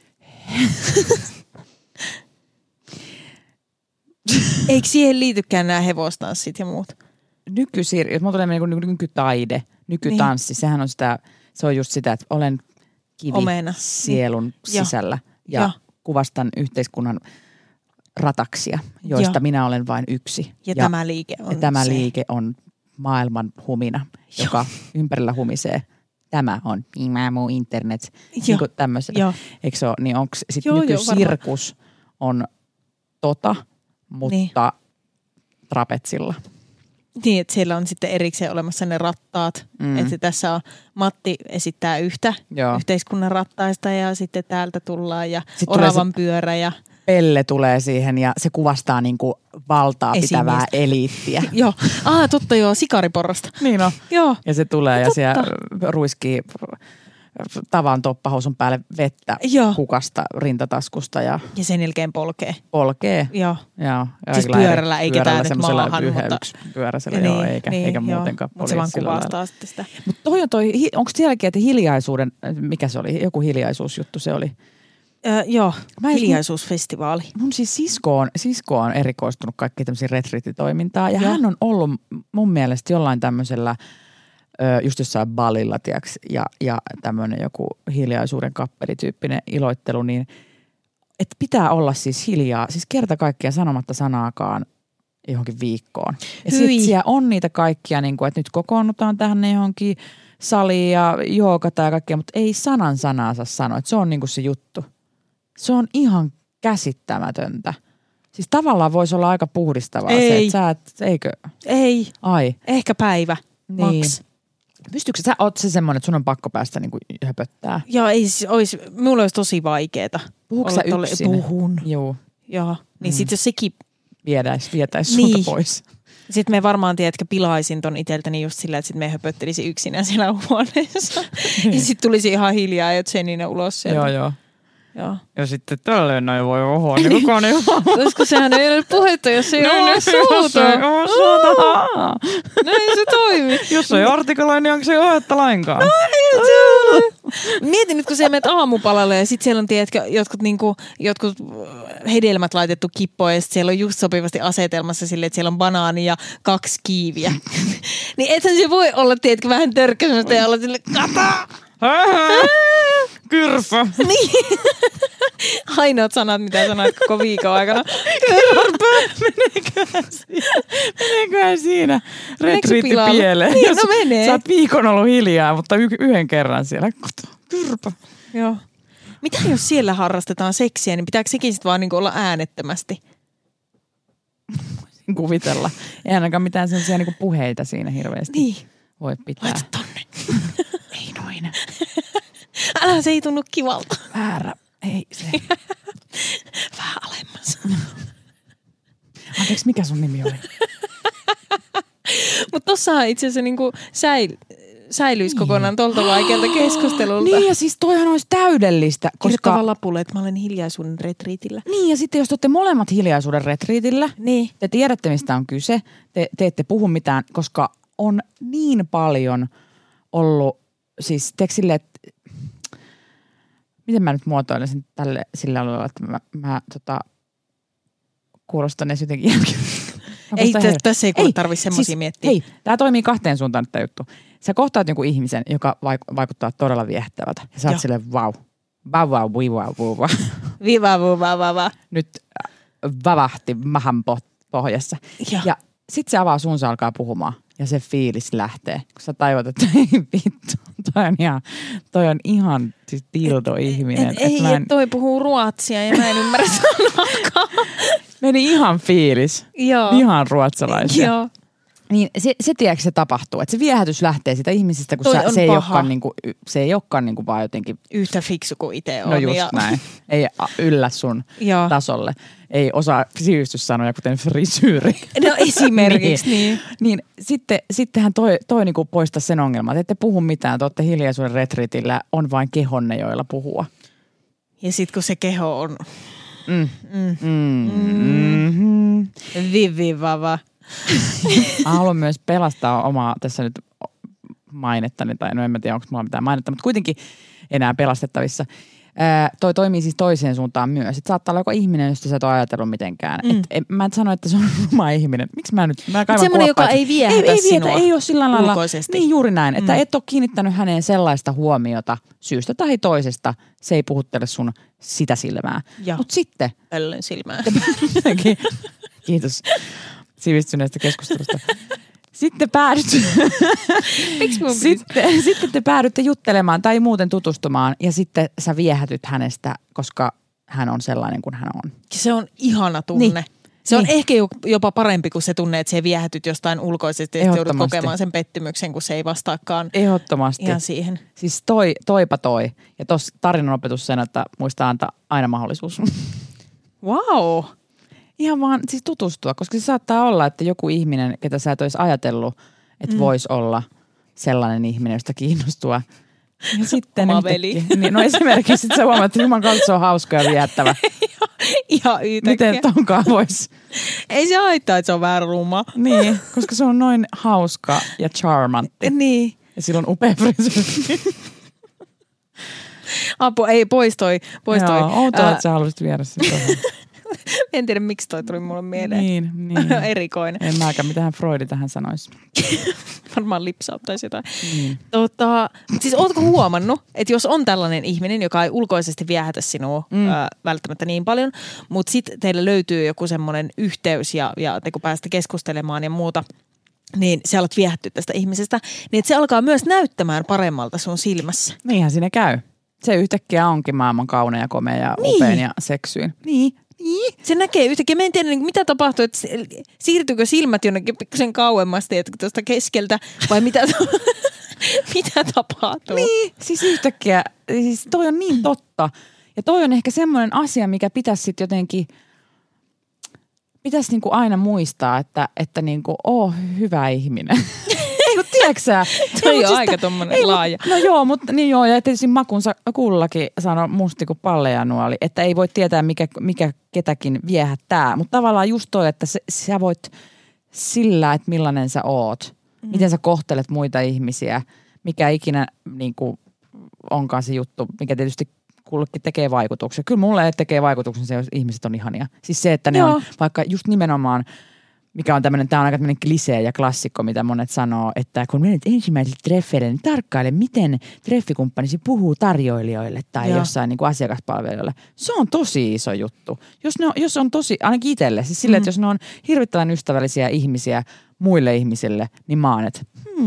Eikö siihen liitykään nämä hevostanssit ja muut? Nykysir, jos mä tulee niin kuin nykytaide, nykytanssi, niin. Sehän on sitä, se on just sitä, että olen kivi Omena. sielun Niin. sisällä ja, ja kuvastan yhteiskunnan rataksia, joista ja. minä olen vain yksi. Ja, ja tämä liike on ja tämä se. liike on maailman humina, joka ja. ympärillä humisee. Tämä on mä muu internet, niin kuin tämmöisenä. Eikö se ole, niin onko sitten nykysirkus on tota, mutta niin. trapetsilla. Niin, että siellä on sitten erikseen olemassa ne rattaat. Mm. Että tässä on, Matti esittää yhtä Joo. yhteiskunnan rattaista ja sitten täältä tullaan ja sitten oravan pyörä. Ja Pelle tulee siihen ja se kuvastaa niinku valtaa pitävää eliittiä. Joo, ah, totta joo, sikariporrasta. Niin on. Joo. Ja se tulee ja siellä ruiskii tavan toppahousun päälle vettä Joo. kukasta rintataskusta. Ja, ja sen jälkeen polkee. Polkee. Joo. Joo. Siis pyörällä ei ketään nyt maahan. Mutta pyöräisellä niin, joo, eikä, niin, eikä joo. muutenkaan Mutta se vaan kuvastaa sitten sitä. Mutta toi on toi, onko sielläkin, että hiljaisuuden, mikä se oli, joku hiljaisuusjuttu se oli? Öö, joo, Mä hiljaisuusfestivaali. Mun siis sisko on, sisko on erikoistunut kaikki tämmöisiin retriittitoimintaan ja joo. hän on ollut mun mielestä jollain tämmöisellä just jossain balilla, tiiäks, ja, ja tämmöinen joku hiljaisuuden kappelityyppinen iloittelu, niin että pitää olla siis hiljaa, siis kerta kaikkiaan sanomatta sanaakaan johonkin viikkoon. Ja sitten siellä on niitä kaikkia, niin kuin, että nyt kokoonnutaan tähän johonkin saliin ja joogata ja kaikkea, mutta ei sanan sanaa saa sanoa, että se on niin kuin se juttu. Se on ihan käsittämätöntä. Siis tavallaan voisi olla aika puhdistavaa ei. se, että sä et, eikö? Ei. Ai. Ehkä päivä. Niin. Maks. Pystyykö sä, oot se semmoinen, että sun on pakko päästä niinku höpöttää? Joo, ei olisi, mulla olisi tosi vaikeeta. Puhuuko sä yksin? Puhun. Joo. Joo, niin mm. sit jos sekin Viedäis, vietäis niin. sulta pois. Sitten me varmaan, tiedätkö, pilaisin ton iteltäni just sillä, että sit me höpöttelisi yksinään siellä huoneessa. ja sit tulisi ihan hiljaa ja Jenninä ulos sieltä. Joo, joo. Joo. Ja sitten tälleen näin voi ohoa, niin kukaan ei ole. Koska sehän ei ole puhetta, jos ei no, ole ennen suuta. Jos ei ole suuta. Näin se toimii. Jos ei artikuloi, niin onko se ohetta lainkaan? No, mietin nyt, kun sä menet aamupalalle ja sit siellä on, tiedätkö, jotkut, niinku, jotkut hedelmät laitettu kippoon ja sit siellä on just sopivasti asetelmassa silleen, että siellä on banaani ja kaksi kiiviä. niin ethän se voi olla, tiedätkö, vähän törkkäisemästä ja olla silleen, kata! Kyrpä. Niin. Ainoat sanat, mitä sanoit koko viikon aikana. Kyrpä. Meneeköhän siinä? Meneeköhän siinä? Retriitti pieleen. Niin, no menee. Sä oot viikon ollut hiljaa, mutta y- yhden kerran siellä. Kyrpä. Joo. Mitä jos siellä harrastetaan seksiä, niin pitääkö sekin sitten vaan niinku olla äänettömästi? Kuvitella. Ei ainakaan mitään sellaisia niinku puheita siinä hirveästi Niin. voi pitää. Laita tonne. Ei noin. Älä, se ei tunnu kivalta. Väärä. Ei se. Vähän alemmas. Anteeksi, mikä sun nimi oli? Mutta tossahan itse asiassa niinku säil, säilyisi kokonaan tolta vaikealta keskustelulta. Niin ja siis toihan olisi täydellistä. Kirjoittava Koska... lapulle, että mä olen hiljaisuuden retriitillä. Niin ja sitten jos te olette molemmat hiljaisuuden retriitillä, Niin. te tiedätte mistä on kyse, te, te ette puhu mitään, koska on niin paljon ollut, siis teekö sille, että miten mä nyt muotoilen tälle sillä alueella, että mä, mä tota, kuulostan edes jotenkin jälkeen. Ei, t- tässä ei kuule tarvitse semmoisia siis, miettiä. Hei, tää toimii kahteen suuntaan nyt tää juttu. Sä kohtaat jonkun ihmisen, joka vaikuttaa todella viehättävältä. Ja sä oot silleen vau. Vau, vau, vau, vau, vau, vau. Viva, viva, viva. Nyt äh, vavahti mahan pohjassa. Ja, Ja sit se avaa suunsa, alkaa puhumaan. Ja se fiilis lähtee. Kun sä tajuat, että ei vittu, toi on ihan, toi on ihan siis dildo-ihminen. et, ei, mä en, et toi puhuu ruotsia ja mä en ymmärrä sanakaan. meni ihan fiilis. Joo. Ihan ruotsalaisia. Joo. Niin se, se tiedätkö se tapahtuu, että se viehätys lähtee sitä ihmisistä, kun Toi sä, on se, ei paha. olekaan niinku, se ei olekaan niinku vaan jotenkin, Yhtä fiksu kuin itse on. no just ja... näin, ei a- yllä sun Joo. tasolle. Ei osaa sivistyssanoja, kuten frisyyri. No esimerkiksi niin. niin. Niin sitten, sittenhän toi, toi niinku poistaa sen ongelman, että ette puhu mitään, te olette hiljaisuuden retriitillä, on vain kehonne, joilla puhua. Ja sit kun se keho on Mm. mm. Mm. Mm-hmm. vivivava. Mä haluan myös pelastaa omaa tässä nyt mainettani, tai no en mä tiedä, onko mulla mitään mainetta, mutta kuitenkin enää pelastettavissa. Ää, toi toimii siis toiseen suuntaan myös. Et saattaa olla joku ihminen, josta sä et ole ajatellut mitenkään. Mm. Et, en, mä en sano, että se on ruma ihminen. Miksi mä nyt, mä kaivan semmoinen, kuoppaa, joka että- ei viehätä ei, ei sinua Ei ole sillä lailla. ulkoisesti. Niin juuri näin, että Mm. et ole kiinnittänyt häneen sellaista huomiota syystä tai toisesta. Se ei puhuttele sun sitä silmää. Joo. Mutta sitten Pöllön silmään. kiitos sivistyneestä keskustelusta. Sitten päädyt, Miksi mun pitäisi? sitten, sitten te päädytte juttelemaan tai muuten tutustumaan ja sitten sä viehätyt hänestä, koska hän on sellainen kuin hän on. Se on ihana tunne. Niin. Se on Niin. ehkä jopa parempi kuin se tunne, että se viehätyt jostain ulkoisesti ja sitten joudut Ehdottomasti. kokemaan sen pettymyksen, kun se ei vastaakaan Ehdottomasti. ihan siihen. Siis toi, toipa toi. Ja tossa tarinanopetus sen, että muistaa antaa aina mahdollisuus. Wow. Ihan vaan siis tutustua, koska se saattaa olla, että joku ihminen, ketä sä et olisi ajatellut, että mm. voisi olla sellainen ihminen, josta kiinnostua. Ja sitten Oma yhtäkkiä- veli. Niin, no esimerkiksi sit sä huomaat, että juman kautta se on hauska ja viettävä. Ihan yhtäkkiä. Miten tonkaan voisi? Ei se haittaa, että se on vähän ruma. Niin, koska se on noin hauska ja charmantti. Niin. Ja sillä on upea frisyyri. Apu, ei poistoi. poistoi. Joo, outoa, Ää, että sä haluaisit viedä sitä tuohon. En tiedä, miksi toi tuli mulle mieleen. Niin, niin. Erikoinen. En mäkään, mitähän Freudi tähän sanoisi. Varmaan lipsauttaisi jotain. Niin. Tota, siis ootko huomannut, että jos on tällainen ihminen, joka ei ulkoisesti viehätä sinua mm. ää, välttämättä niin paljon, mutta sitten teillä löytyy joku semmoinen yhteys ja, ja te kun päästä keskustelemaan ja muuta, niin sä alat viehättyä tästä ihmisestä, niin että se alkaa myös näyttämään paremmalta sun silmässä. Niinhän siinä käy. Se yhtäkkiä onkin maailman kaunein ja komea ja Niin. upein ja seksyin. Niin. Niin. Se näkee yhtäkkiä. Mä en tiedä, niin mitä tapahtuu, että se- siirtyykö silmät jonnekin pikkusen kauemmasti, että tuosta keskeltä, vai mitä, mitä tapahtuu? Niin, siis yhtäkkiä, siis toi on niin totta. Ja toi on ehkä semmoinen asia, mikä pitäisi sitten jotenkin, pitäisi niinku aina muistaa, että, että niinku, oo hyvä ihminen. Ei kun tiedätkö sä? Toi Ei, mut on aika tää- tommonen ei, mut- laaja. No joo, mutta niin joo, ja tietysti makunsa kullakin sanoo musti kuin palle ja nuoli, että ei voi tietää mikä, mikä ketäkin viehättää. Mutta tavallaan just toi, että se, sä voit sillä, että millainen sä oot, mm. miten sä kohtelet muita ihmisiä, mikä ikinä niin kuin, onkaan se juttu, mikä tietysti kullekin tekee vaikutuksia. Kyllä mulle tekee vaikutuksen se, jos ihmiset on ihania. Siis se, että ne Joo. on vaikka just nimenomaan, mikä on tämmöinen, tämä on aika tämmöinen klisee ja klassikko, mitä monet sanoo, että kun menet ensimmäiselle treffeille, niin tarkkaile, miten treffikumppanisi puhuu tarjoilijoille tai Joo. jossain niin kuin asiakaspalvelijoille. Se on tosi iso juttu. Jos, ne on, jos on tosi, ainakin itselle, siis silleen, mm. että jos ne on hirvittävän ystävällisiä ihmisiä muille ihmisille, niin mä oon, että hmm,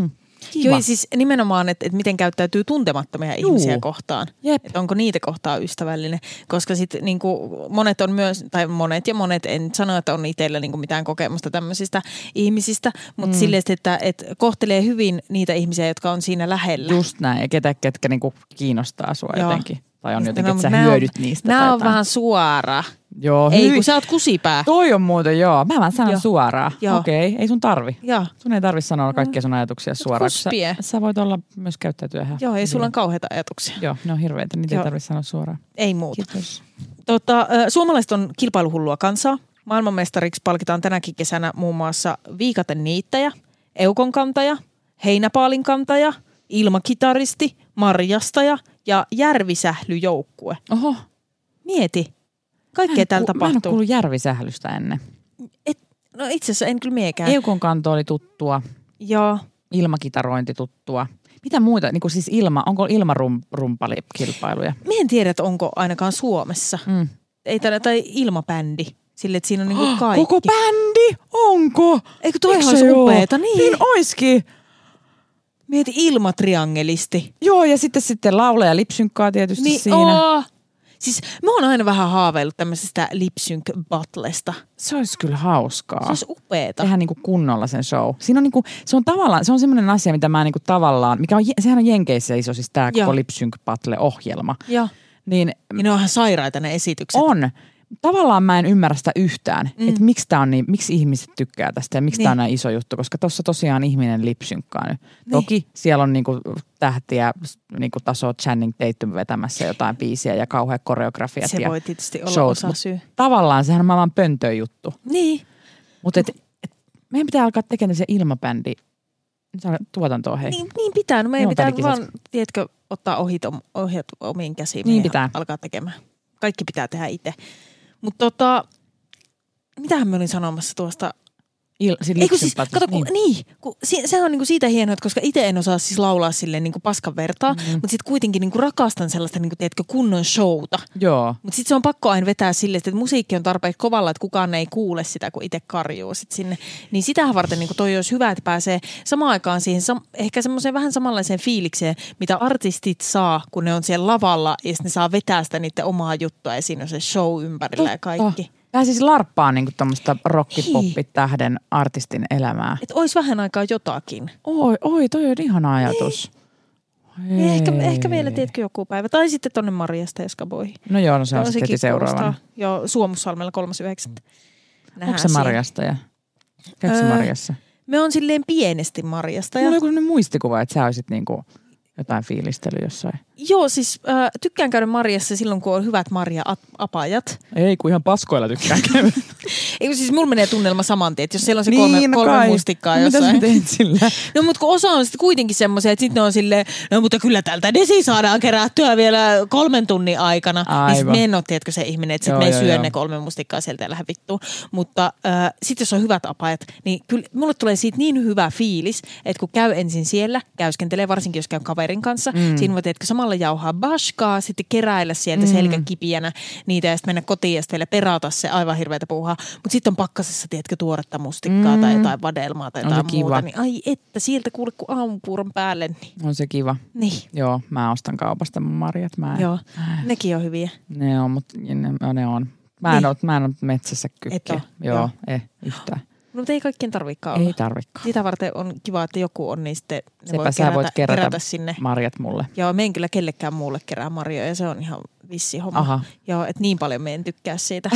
kiva. Joo, siis nimenomaan, että, että miten käyttäytyy tuntemattomia Juu. ihmisiä kohtaan. Jep. Että onko niitä kohtaan ystävällinen. Koska sitten niin monet on myös, tai monet ja monet, en nyt sano, että on itsellä niin kuin mitään kokemusta tämmöisistä ihmisistä, mutta mm. silleen, että, että kohtelee hyvin niitä ihmisiä, jotka on siinä lähellä. Just näin, ja ketä, ketkä niinku kiinnostaa sua Joo. jotenkin. Tai on Ja jotenkin, että no, sä nää hyödyt on, niistä. Nämä tai on jotain. vähän suora. Joo, Ei, hyi. kun sä oot kusipää. Toi on muuten, joo. Mä vaan sanon Joo. suoraan. Joo. Okei, ei sun tarvi. Joo. Sun ei tarvi sanoa kaikkia sun ajatuksia suoraan. Sä, kuspie. sä voit olla myös käyttäytyä ihan. Joo, ei sulla on hyvin. kauheita ajatuksia. Joo, ne on hirveitä. Niitä Joo. ei tarvitse sanoa suoraan. Ei muuta. Kiitos. Tota, suomalaiset on kilpailuhullua kansaa. Maailmanmestariksi palkitaan tänäkin kesänä muun muassa viikaten niittäjä, eukon kantaja, heinäpaalin kantaja, ilmakitaristi, marjastaja ja järvisählyjoukkue. Oho. Mieti. Kaikkea täällä Mä en ole tapahtuu. kuullut järvisählystä ennen. Et, no itse asiassa en kyllä miekään. Eukon kanto oli tuttua. Joo. Ilmakitarointi tuttua. Mitä muuta? Niin kuin siis ilma, onko ilmarumpalikilpailuja? Mä en tiedä, että onko ainakaan Suomessa. Mm. Ei tai, tai ilmabändi. Sille, että siinä on niinku kaikki. Koko bändi? Onko? Eikö toi Miks olisi ei oo? upeeta? Niin. Niin oiskin. Mieti ilmatriangelisti. Joo, ja sitten, sitten laulaja lipsynkkaa tietysti Niin, siinä. oo. Siis mä oon aina vähän haaveillut tämmöisestä lip-sync-battlesta. Se olisi kyllä hauskaa. Se olisi upeeta. Tehdään niinku kunnolla sen show. Siinä on niinku, se on tavallaan, se on semmoinen asia, mitä mä niinku tavallaan, mikä on, sehän on Jenkeissä iso, siis tää Joo. koko Lip Sync Battle-ohjelma. Joo. Niin Ja ne on ihan sairaita ne esitykset. on. Tavallaan mä en ymmärrä sitä yhtään, mm. että miksi tää on niin, miksi ihmiset tykkää tästä ja miksi Niin. tää on näin iso juttu, koska tossa tosiaan ihminen lipsynkkaa nyt. Niin. Toki siellä on niinku tähtiä, niinku taso Channing Tatum vetämässä jotain biisiä ja kauheat koreografiat Se ja voi tietysti olla showt, osa mut syy. tavallaan sehän on maailman pöntö juttu. Niin. Mutta et, et, meidän pitää alkaa tekemään se ilmabändi saada tuotantoa hei. Niin, niin pitää. No meidän Joo, pitää tälläkin vaan, tiedätkö, ottaa ohit, ohjat omiin käsiin Niin ja pitää. alkaa tekemään. Kaikki pitää tehdä itse. Mutta tota, mitähän mä olin sanomassa tuosta? Il, Ei kun siis, kato, kun, niin. niin, kun, si, se on niinku siitä hienoa, että koska itse en osaa siis laulaa silleen niinku paskan vertaa, mm. mutta sitten kuitenkin niinku rakastan sellaista niinku, tiedätkö, kunnon showta. Joo. Mutta sitten se on pakko aina vetää silleen, että musiikki on tarpeeksi kovalla, että kukaan ei kuule sitä, kun itse karjuu sit sinne. Niin sitähän varten niinku toi olisi hyvä, että pääsee samaan aikaan siihen sam- ehkä semmoiseen vähän samanlaiseen fiilikseen, mitä artistit saa, kun ne on siellä lavalla ja sitten ne saa vetää sitä niiden omaa juttua ja siinä on se show ympärillä ja kaikki. Pääsisi larppaan niinku tommoista rockipoppitähden artistin elämää. Että olisi vähän aikaa jotakin. Oi, oi, toi on ihana ajatus. Niin. Ehkä, ehkä vielä, tiedätkö, joku päivä. Tai sitten tonne Marjasta ja Skaboihin. No joo, no se on sitten sekin heti seuraavana. kuulostaa. Joo, Suomussalmella kolmas yhdeksättä. Onko se Marjasta ja käykö se Öö, Marjassa? Me on silleen pienesti Marjasta. Mulla on Ja... joku sellainen muistikuva, että sä olisit niinku jotain fiilistely jossain. Joo, siis äh, tykkään käydä Marjassa silloin, kun on hyvät marja-apajat. Ei, kun ihan paskoilla tykkään käydä. Eikö siis mulla menee tunnelma saman tien, että jos siellä on se Niin, kolme, no kolme kai. mustikkaa No jossain. mitä sä teet sillä? No mutta kun osa on sitten kuitenkin semmoisia, että sitten ne on silleen, no mutta kyllä tältä desi saadaan kerättyä vielä kolmen tunnin aikana. Aivan. Niin sitten me en ole, tiedätkö, se ihminen, että sitten Joo, me ei joo, syö joo. ne kolme mustikkaa sieltä ja lähde vittuun. Mutta äh, sitten jos on hyvät apajat, niin kyllä mulle tulee siitä niin hyvä fiilis, että kun käy ensin siellä, käyskentelee varsinkin jos käy kaverin kanssa, mm. siinä voi tiedätkö samalla jauhaa bashkaa, sitten keräillä sieltä mm. selkäkipiänä niitä ja sitten mennä kotiin ja sitten vielä perata se aivan hirveätä puuhaa. Mutta sitten on pakkasessa, tiedätkö, tuoretta mustikkaa mm. tai jotain vadelmaa tai On se jotain kiva. muuta. Niin ai että, sieltä kuule kun aamupuuron päälle. Niin, On se kiva. niin. Joo, mä ostan kaupasta mun marjat. Mä en, Joo, nekin on hyviä. Ne on, mutta ne, ne on. Mä en, Niin. ole, mä en ole metsässä Et kykkiä. oo, Joo, joo. ei yhtään. No, mutta ei kaikkien tarvikaan olla. Ei tarvikaan. Sitä varten on kiva, että joku on, niin sitten ne Sepä voi sä kerätä, voit kerätä kerätä sinne. marjat mulle. Joo, me en kyllä kellekään muulle kerää marjoja ja se on ihan vissi homma. Aha. Joo, että niin paljon me en tykkää siitä.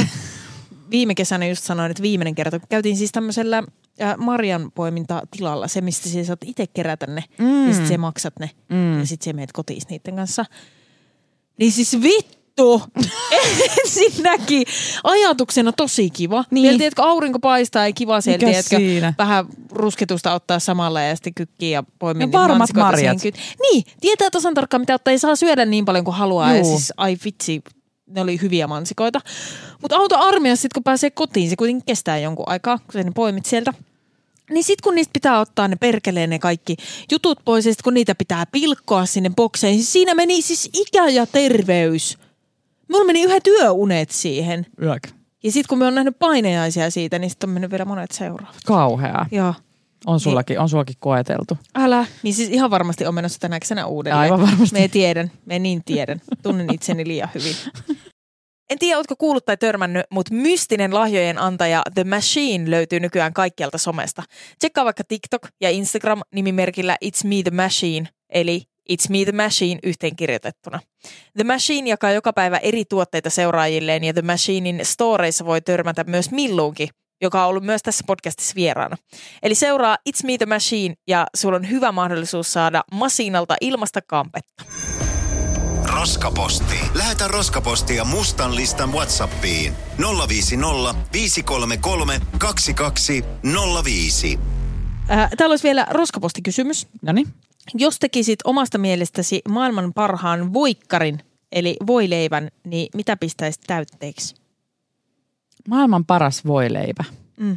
Viime kesänä just sanoin, että viimeinen kerta, kun käytiin siis tämmöisellä äh, marjanpoimintatilalla, se mistä siis saat itse kerätä ne mm. ja sitten sä maksat ne mm. ja sitten sä meet kotiin niiden kanssa. Niin siis vittu! Ensinnäkin ajatuksena tosi kiva. Niin. Vielä tiedätkö, aurinko paistaa ja kiva siellä, Mikäs tiedätkö, siinä? vähän rusketusta ottaa samalla ja sitten kykkiä ja poimia Ja niitä varmat mansikoita marjat. siihen kyt- Niin, tietää tasan tarkkaan mitä ottaa, ei saa syödä niin paljon kuin haluaa. Ja Juu. siis ai vitsi, ne oli hyviä mansikoita. Mutta auto-armiassa sitten kun pääsee kotiin, se kuitenkin kestää jonkun aikaa, kun sä ne poimit sieltä. Niin sit kun niistä pitää ottaa ne perkeleen ne kaikki jutut pois ja sit kun niitä pitää pilkkoa sinne bokseihin, niin siinä meni siis ikä ja terveys. Mulla meni yhä työunet siihen. Yök. Ja sit kun me on nähnyt painejaisia siitä, niin sit on mennyt vielä monet seuraavat. Kauheaa. Joo. On sullakin, on sullakin koeteltu. Älä. Niin siis ihan varmasti on menossa tänä kesänä uudelleen. Aivan varmasti. Me tiedän, me niin tiedän. Tunnen itseni liian hyvin. En tiedä, ootko kuullut tai törmännyt, mutta mystinen lahjojen antaja The Machine löytyy nykyään kaikkialta somesta. Tsekkaa vaikka TikTok ja Instagram nimimerkillä It's Me The Machine, eli It's Me The Machine yhteenkirjoitettuna. The Machine jakaa joka päivä eri tuotteita seuraajilleen ja The Machinein storeissa voi törmätä myös Milluunkin, joka on ollut myös tässä podcastissa vieraana. Eli seuraa It's Me The Machine ja sulla on hyvä mahdollisuus saada Masinalta ilmasta kampetta. Roskaposti. Lähetä roskapostia mustan listan WhatsAppiin nolla viisi nolla viisi kolme kolme kaksi kaksi nolla viisi. Äh, täällä olisi vielä roskapostikysymys. Noniin. Jos tekisit omasta mielestäsi maailman parhaan voikkarin, eli voileivän, niin mitä pistäisit täytteeksi? Maailman paras voileipä. Mm.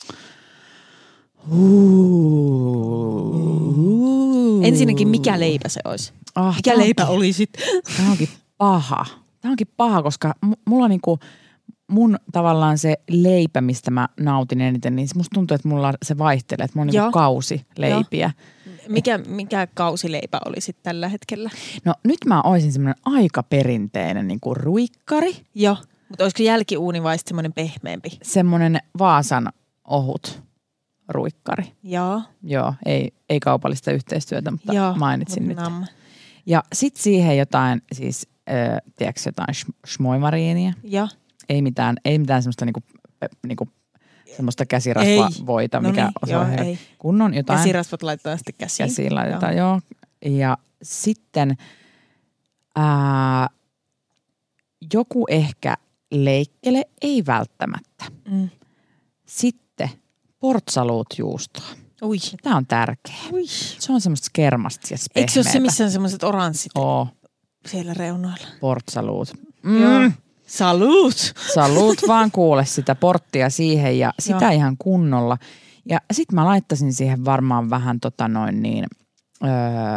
Uh. Ensinnäkin mikä leipä se olisi? Ah, mikä leipä olisit? Tämä onkin paha. Tämä onkin paha, koska m- mulla niinku, mun tavallaan se leipä, mistä mä nautin eniten, niin musta tuntuu, että mulla se vaihtelee, että mulla on niinku kausi leipiä. Mikä, mikä kausileipä olisit tällä hetkellä? No nyt mä oisin semmoinen aika perinteinen niinku ruikkari. Joo, mutta olisiko jälkiuuni vai semmoinen pehmeämpi? Semmoinen Vaasan ohut ruikkari. Joo. Joo, ei, ei kaupallista yhteistyötä, mutta Joo, mainitsin nyt. nam. Ja sit siihen jotain, siis äh, tiedätkö jotain schmoimariinia. Joo. Ei mitään, ei mitään semmoista niinku, niinku semmoista käsirasvavoita, no mikä niin, on joo, hyvä. ei. Kunnon jotain. Käsirasvat laitetaan sitten käsiin. Käsiin laitetaan, joo. joo. Ja sitten ää, joku ehkä leikkele, ei välttämättä. Mm. Sitten portsaluut juustoa. Ui. Tämä on tärkeä. Ui. Se on semmoista skermasta ja pehmeätä. Eikö se ole se, missä on semmoiset oranssit Oo. siellä reunoilla? Portsaluut. Mm. Joo. Salut! Salut vaan kuule sitä porttia siihen ja sitä Joo. ihan kunnolla. Ja sit mä laittaisin siihen varmaan vähän tota noin niin, öö,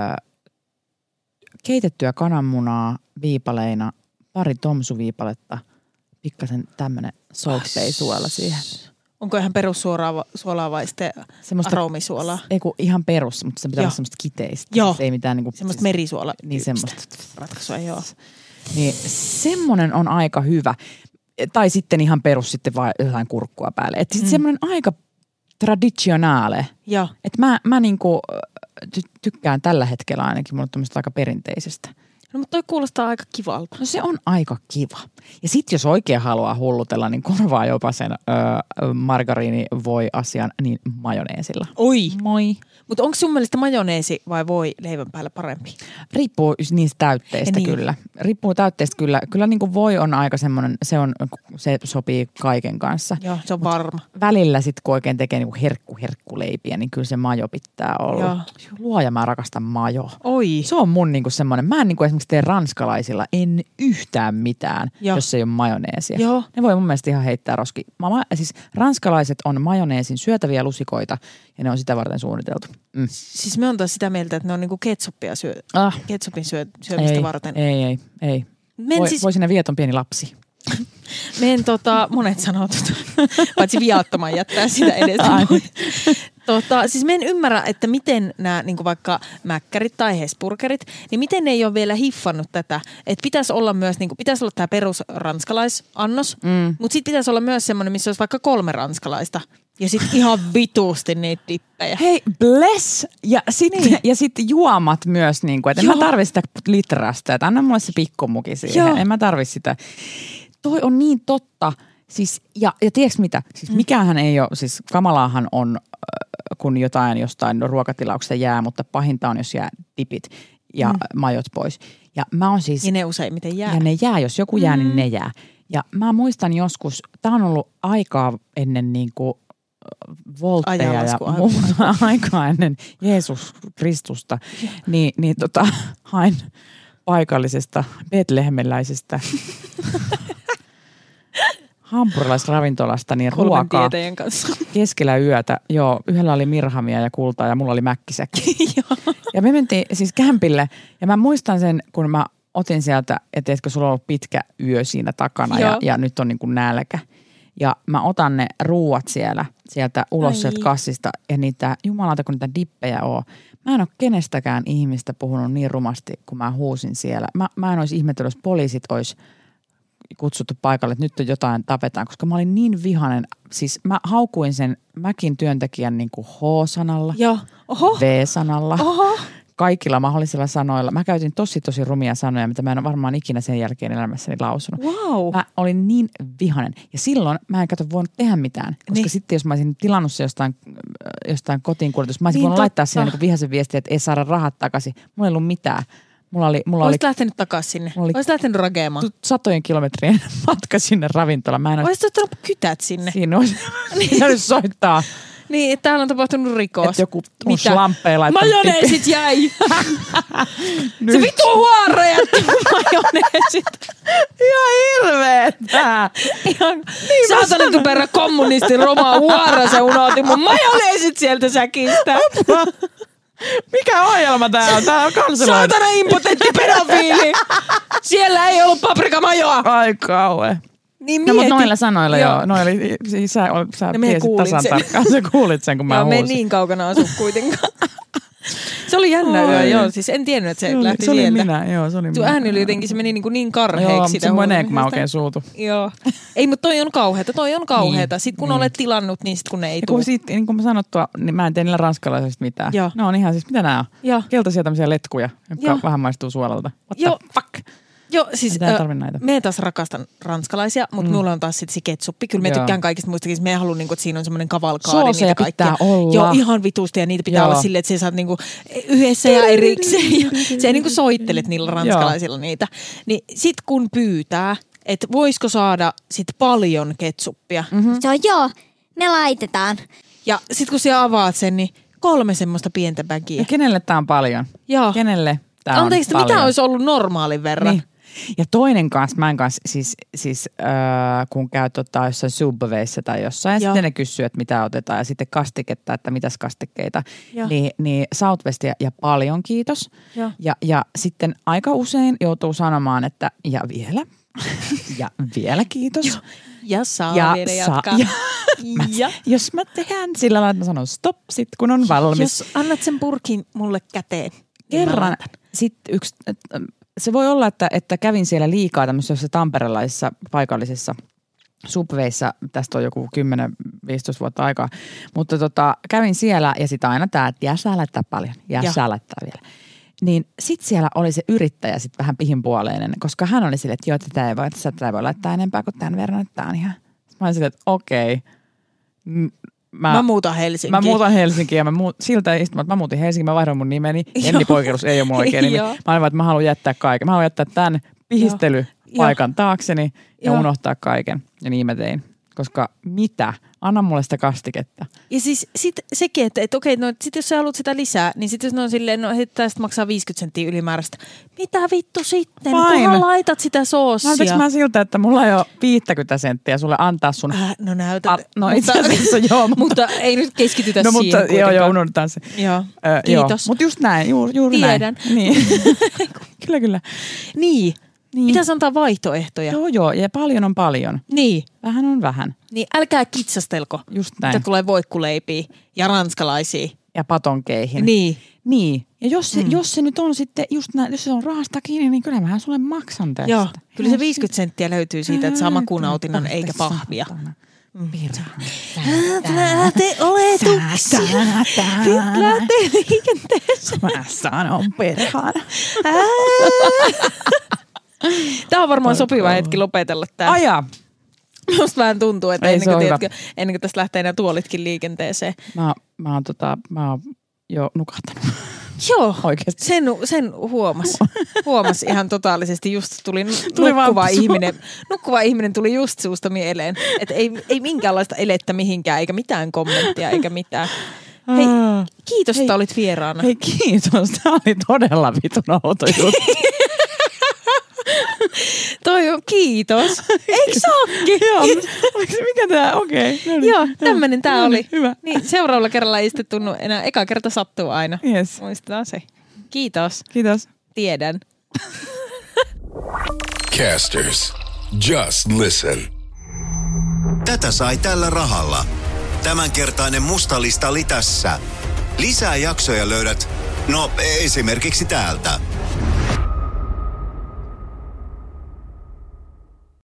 keitettyä kananmunaa viipaleina, pari tomsuviipaletta, pikkasen tämmönen soltteisuola siihen. Onko ihan perussuolaa vai sitten semmoista aromisuolaa? Ei kun ihan perus, mutta se pitää Joo. olla semmoista kiteistä. Joo. Se ei mitään niinku. Semmoista merisuola. Niin semmoista. Ratkaisua, joo. Niin semmonen on aika hyvä. Tai sitten ihan perus sitten vaan jotain kurkkua päälle. Että sitten mm. semmoinen aika traditionaale. Joo. Että mä, mä niinku ty- tykkään tällä hetkellä ainakin, mulla on tämmöistä aika perinteisestä. No mutta toi kuulostaa aika kivalta. No se on aika kiva. Ja sit jos oikein haluaa hullutella, niin korvaa jopa sen öö, margariini voi asian niin majoneesilla. Oi! Moi! Mutta onko sun mielestä majoneesi vai voi leivän päällä parempi? Riippuu niistä täytteistä niin. kyllä. Riippuu täytteistä kyllä. Kyllä niin kuin voi on aika semmoinen, se, on, se sopii kaiken kanssa. Joo, se on varma. Välillä sitten kun oikein tekee niin kuin herkku herkkuleipiä, niin kyllä se majo pitää olla. Joo. Luoja, mä rakastan majoa. Oi! Se on mun niin kuin semmoinen, mä en niin kuin esimerkiksi tee ranskalaisilla en yhtään mitään, Joo. jos ei ole majoneesia. Joo. Ne voi mun mielestä ihan heittää roski. Mä, siis ranskalaiset on majoneesin syötäviä lusikoita ja ne on sitä varten suunniteltu. Mm. Siis me on taas sitä mieltä, että ne on niinku ketsuppia syö, Ah. ketsupin syö, syömistä ei, varten. Ei, ei, ei. Men Voi, siis, voi sinne vieton pieni lapsi. men tota, monet sanoo tota, paitsi viattoman jättää sitä edestä. Tota, siis mä en ymmärrä, että miten nämä niin vaikka mäkkärit tai hesburgerit, niin miten ne ei ole vielä hiffannut tätä. Että pitäisi olla myös, niin kuin, pitäisi olla tämä perus ranskalaisannos, mm. mutta sitten pitäisi olla myös semmoinen, missä olisi vaikka kolme ranskalaista. Ja sitten ihan vituusti niitä dippejä. Hei, bless! Ja sitten niin. ja sit juomat myös, niin kuin, että en Joo. mä tarvi sitä litrasta, että anna mulle se pikkumuki siihen. Joo. En mä tarvi sitä. Toi on niin totta. Siis, ja, ja tiedätkö mitä? Siis mikähän ei ole, siis kamalaahan on, kun jotain jostain ruokatilauksesta jää, mutta pahinta on, jos jää dipit ja mm. majot pois. Ja mä oon siis... Ja ne useimmiten jää. Ja ne jää, jos joku jää, mm. niin ne jää. Ja mä muistan joskus, tää on ollut aikaa ennen niin kuin voltteja ja muuta aikaa ennen Jeesus Kristusta, niin, niin tota, hain paikallisesta betlehemmeläisestä hampurilaisravintolasta niin ruokaa keskellä yötä. Joo, yhdellä oli mirhamia ja kultaa ja mulla oli mäkkisäkki. Ja me mentiin siis kämpille ja mä muistan sen, kun mä otin sieltä, että etkö sulla on ollut pitkä yö siinä takana ja, ja nyt on niin kuin nälkä. Ja mä otan ne ruuat siellä, sieltä ulos Ai. sieltä kassista ja niitä, jumalauta kun niitä dippejä on. Mä en ole kenestäkään ihmistä puhunut niin rumasti, kun mä huusin siellä. Mä, mä en olisi ihmetellyt, jos poliisit olisi kutsuttu paikalle, että nyt on jotain tapetaan, koska mä olin niin vihainen. Siis mä haukuin sen Mäkin työntekijän niin kuin H-sanalla, Ja, oho, V-sanalla, oho. kaikilla mahdollisilla sanoilla. Mä käytin tosi tosi rumia sanoja, mitä mä en ole varmaan ikinä sen jälkeen elämässäni lausunut. Wow. Mä olin niin vihainen. Ja silloin mä en kato voinut tehdä mitään. Koska Niin. sitten jos mä olisin tilannut se jostain, jostain kotiin kuljetus, mä olisin Niin, voinut totta. laittaa siihen niin vihaisen viestiä, että ei saada rahat takaisin. Mulla ei ollut mitään. Mulla oli, mulla oli Olisit lähtenyt takaisin sinne. Mulla oli- Olisit lähtenyt rakeamaan. satojen kilometrien matka sinne ravintolaan. Mä en olisi Olisit ottanut kytät sinne. siinä olisi pitänyt soittaa, Niin, että täällä on tapahtunut rikos. että joku Mitä? slamppeja laittanut Majoneesit jäi. Se vittu huora jätti majoneesit. Ihan hirveetä. Ihan saatanan typerä kommunisti Roma huora, se unohti mun majoneesit sieltä säkistä. Mikä ohjelma tää on? Tää on kansalainen. Saatana impotentti pedofiili. Siellä ei ollut paprikamajoa. Ai kauhe. Niin No mieti. mutta noilla sanoilla joo. Joo. Noilla, siis sä, ol- sä No, minä tiesit kuulin tasan sen. tarkkaan. Sä kuulit sen, kun mä Joo, me ei huusin. niin kaukana asu kuitenkaan. Se oli jännä Oi. yö, joo. Siis en tiennyt, että se, Se oli, lähti se oli sieltä. minä, joo, se oli Tuo minä. ääni oli jotenkin, se meni niin, kuin niin karheeksi. Joo, sitä se menee, kun mä huutamista. oikein suutu. Joo. Ei, mutta toi on kauheata, toi on kauheata. Niin, Sitten kun niin. olet tilannut, niin sitten kun ne ei Ja tule. kun siitä, niin kuin mä sanottua, niin mä en tee niillä ranskalaisista mitään. Joo. Ne on ihan siis, mitä nää on? Joo. Keltaisia tämmöisiä letkuja, jotka Joo. vähän maistuu suolalta. What Joo. the fuck? Joo, siis Mitä ei äh, tarvi näitä? me taas rakastan ranskalaisia, mutta mm. mulla on taas sit se ketsuppi. Kyllä me Joo. tykkään kaikista muistakin. Me haluan, niinku, että siinä on semmoinen kavalkaadi. Sooseja niitä kaikkia. pitää olla. Joo, ihan vitusti ja niitä pitää Joo. olla silleen, että sä saat niinku yhdessä ja erikseen. Ja sä niinku soittelet niillä ranskalaisilla niitä. Niin sit kun pyytää, että voisiko saada sit paljon ketsuppia. Mm. Se on joo, me laitetaan. Ja sit kun sä avaat sen, niin kolme semmoista pientä bägiä. Ja kenelle tää on paljon? Joo. Kenelle tää on Anteeksi, paljon? mitä olisi ollut normaalin verran? Niin. Ja toinen kanssa, mä en kanssa, siis, siis äh, kun käy tota, jossain Subwayssa tai jossain, ja Joo. sitten ne kysyy, että mitä otetaan, ja sitten kastiketta, että mitäs kastikkeita, Joo. niin, niin Southwestia ja paljon kiitos. Joo. Ja, ja sitten aika usein joutuu sanomaan, että ja vielä, ja vielä kiitos. Ja saa Ja vielä saa- jatkaa. ja- ja. Jos mä tehdään sillä lailla, että mä sanon stop sit, kun on valmis. Jos annat sen purkin mulle käteen. niin mä Kerran laitan. sitten yksi, että se voi olla, että, että kävin siellä liikaa tämmöisessä tamperelaisessa paikallisessa Subwayssa, tästä on joku kymmenen viisitoista vuotta aikaa, mutta tota, kävin siellä ja sitten aina tämä, että jää saa laittaa paljon, jää Joo. saa laittaa vielä. Niin sitten siellä oli se yrittäjä sitten vähän pihinpuoleinen, koska hän oli silleen, että joo, tätä ei voi, tätä ei voi laittaa enempää kuin tämän verran, että tämä on ihan. Mä olin silleen, että okei. M- Mä, Mä muutan Helsinkiin. Mä muutan Helsinkiin ja mä muut, siltä istumalta, mä muutin Helsinkiin, mä vaihdoin mun nimeni. Enni Poikerus ei ole mun oikea nimi. Mä Joo. olin vaan, että mä haluan jättää kaiken. Mä haluan jättää tämän pihistelypaikan taakseni ja Joo. unohtaa kaiken. Ja niin mä tein. Koska mitä? Anna mulle sitä kastiketta. Ja siis sit sekin, että, että okei, no sit jos sä haluat sitä lisää, niin sit jos ne on silleen, no hei, tästä maksaa viisikymmentä senttiä ylimääräistä. Mitä vittu sitten? Fine. Kunhan laitat sitä soossia. Näytäks mä siltä, että mulla ei ole viisikymmentä senttiä sulle antaa sun... Äh, no näytät. A, no itse asiassa joo. Mutta, Mutta ei nyt keskitytä no, mutta siihen joo, kuitenkaan. joo, unohdetaan se. Joo, Ö, kiitos. Mutta just näin, juuri, juuri Tiedän. näin. Niin. kyllä, kyllä. Niin. Niin. Pitäisi antaa vaihtoehtoja. Joo, joo, ja paljon on paljon. Niin. Vähän on vähän. Niin älkää kitsastelko. Just näin. Mitä tulee voikkuleipiä ja ranskalaisia. Ja patonkeihin. Niin. Niin. Ja jos se, mm. jos se nyt on sitten just näin, jos se on rahasta kiinni, niin kyllä mähän sulle maksan tästä. Joo. Kyllä se Joo, viisikymmentä senttiä löytyy siitä, että saa makunautinnon eikä pahvia. Lähtee oletuksia. Nyt lähtee liikenteeseen. Mä sanon perhana. Tämä on varmaan sopiva hetki lopetella tämä. Aja. Musta vähän tuntuu, että Ei, ennen se kuin, on tiedätkö, ennen kuin tästä lähtee nämä tuolitkin liikenteeseen. Mä, mä, oon, tota, mä oon jo nukahtanut. Joo, Oikeesti. sen, sen huomas. Huomas ihan totaalisesti. Just tuli, Tuli nukkuva, vaan- ihminen, nukkuva ihminen tuli just suusta mieleen. Että ei, ei minkäänlaista elettä mihinkään, eikä mitään kommenttia, eikä mitään. Hei, kiitos, Hei. että olit vieraana. Hei kiitos, tää oli todella vitun outo juttu. Toi on kiitos. Eikö saakin? Joo, oliko se mikä tää? Okei. Okay. No niin. Joo, tämmönen tää No oli. niin, hyvä. Niin, seuraavalla kerralla ei sitten tunnu enää. Eka kerta sattuu aina. Yes. Muistetaan se. Kiitos. Kiitos. Tiedän. Casters. Just listen. Tätä sai tällä rahalla. Tämänkertainen musta lista oli tässä. Lisää jaksoja löydät, no esimerkiksi täältä.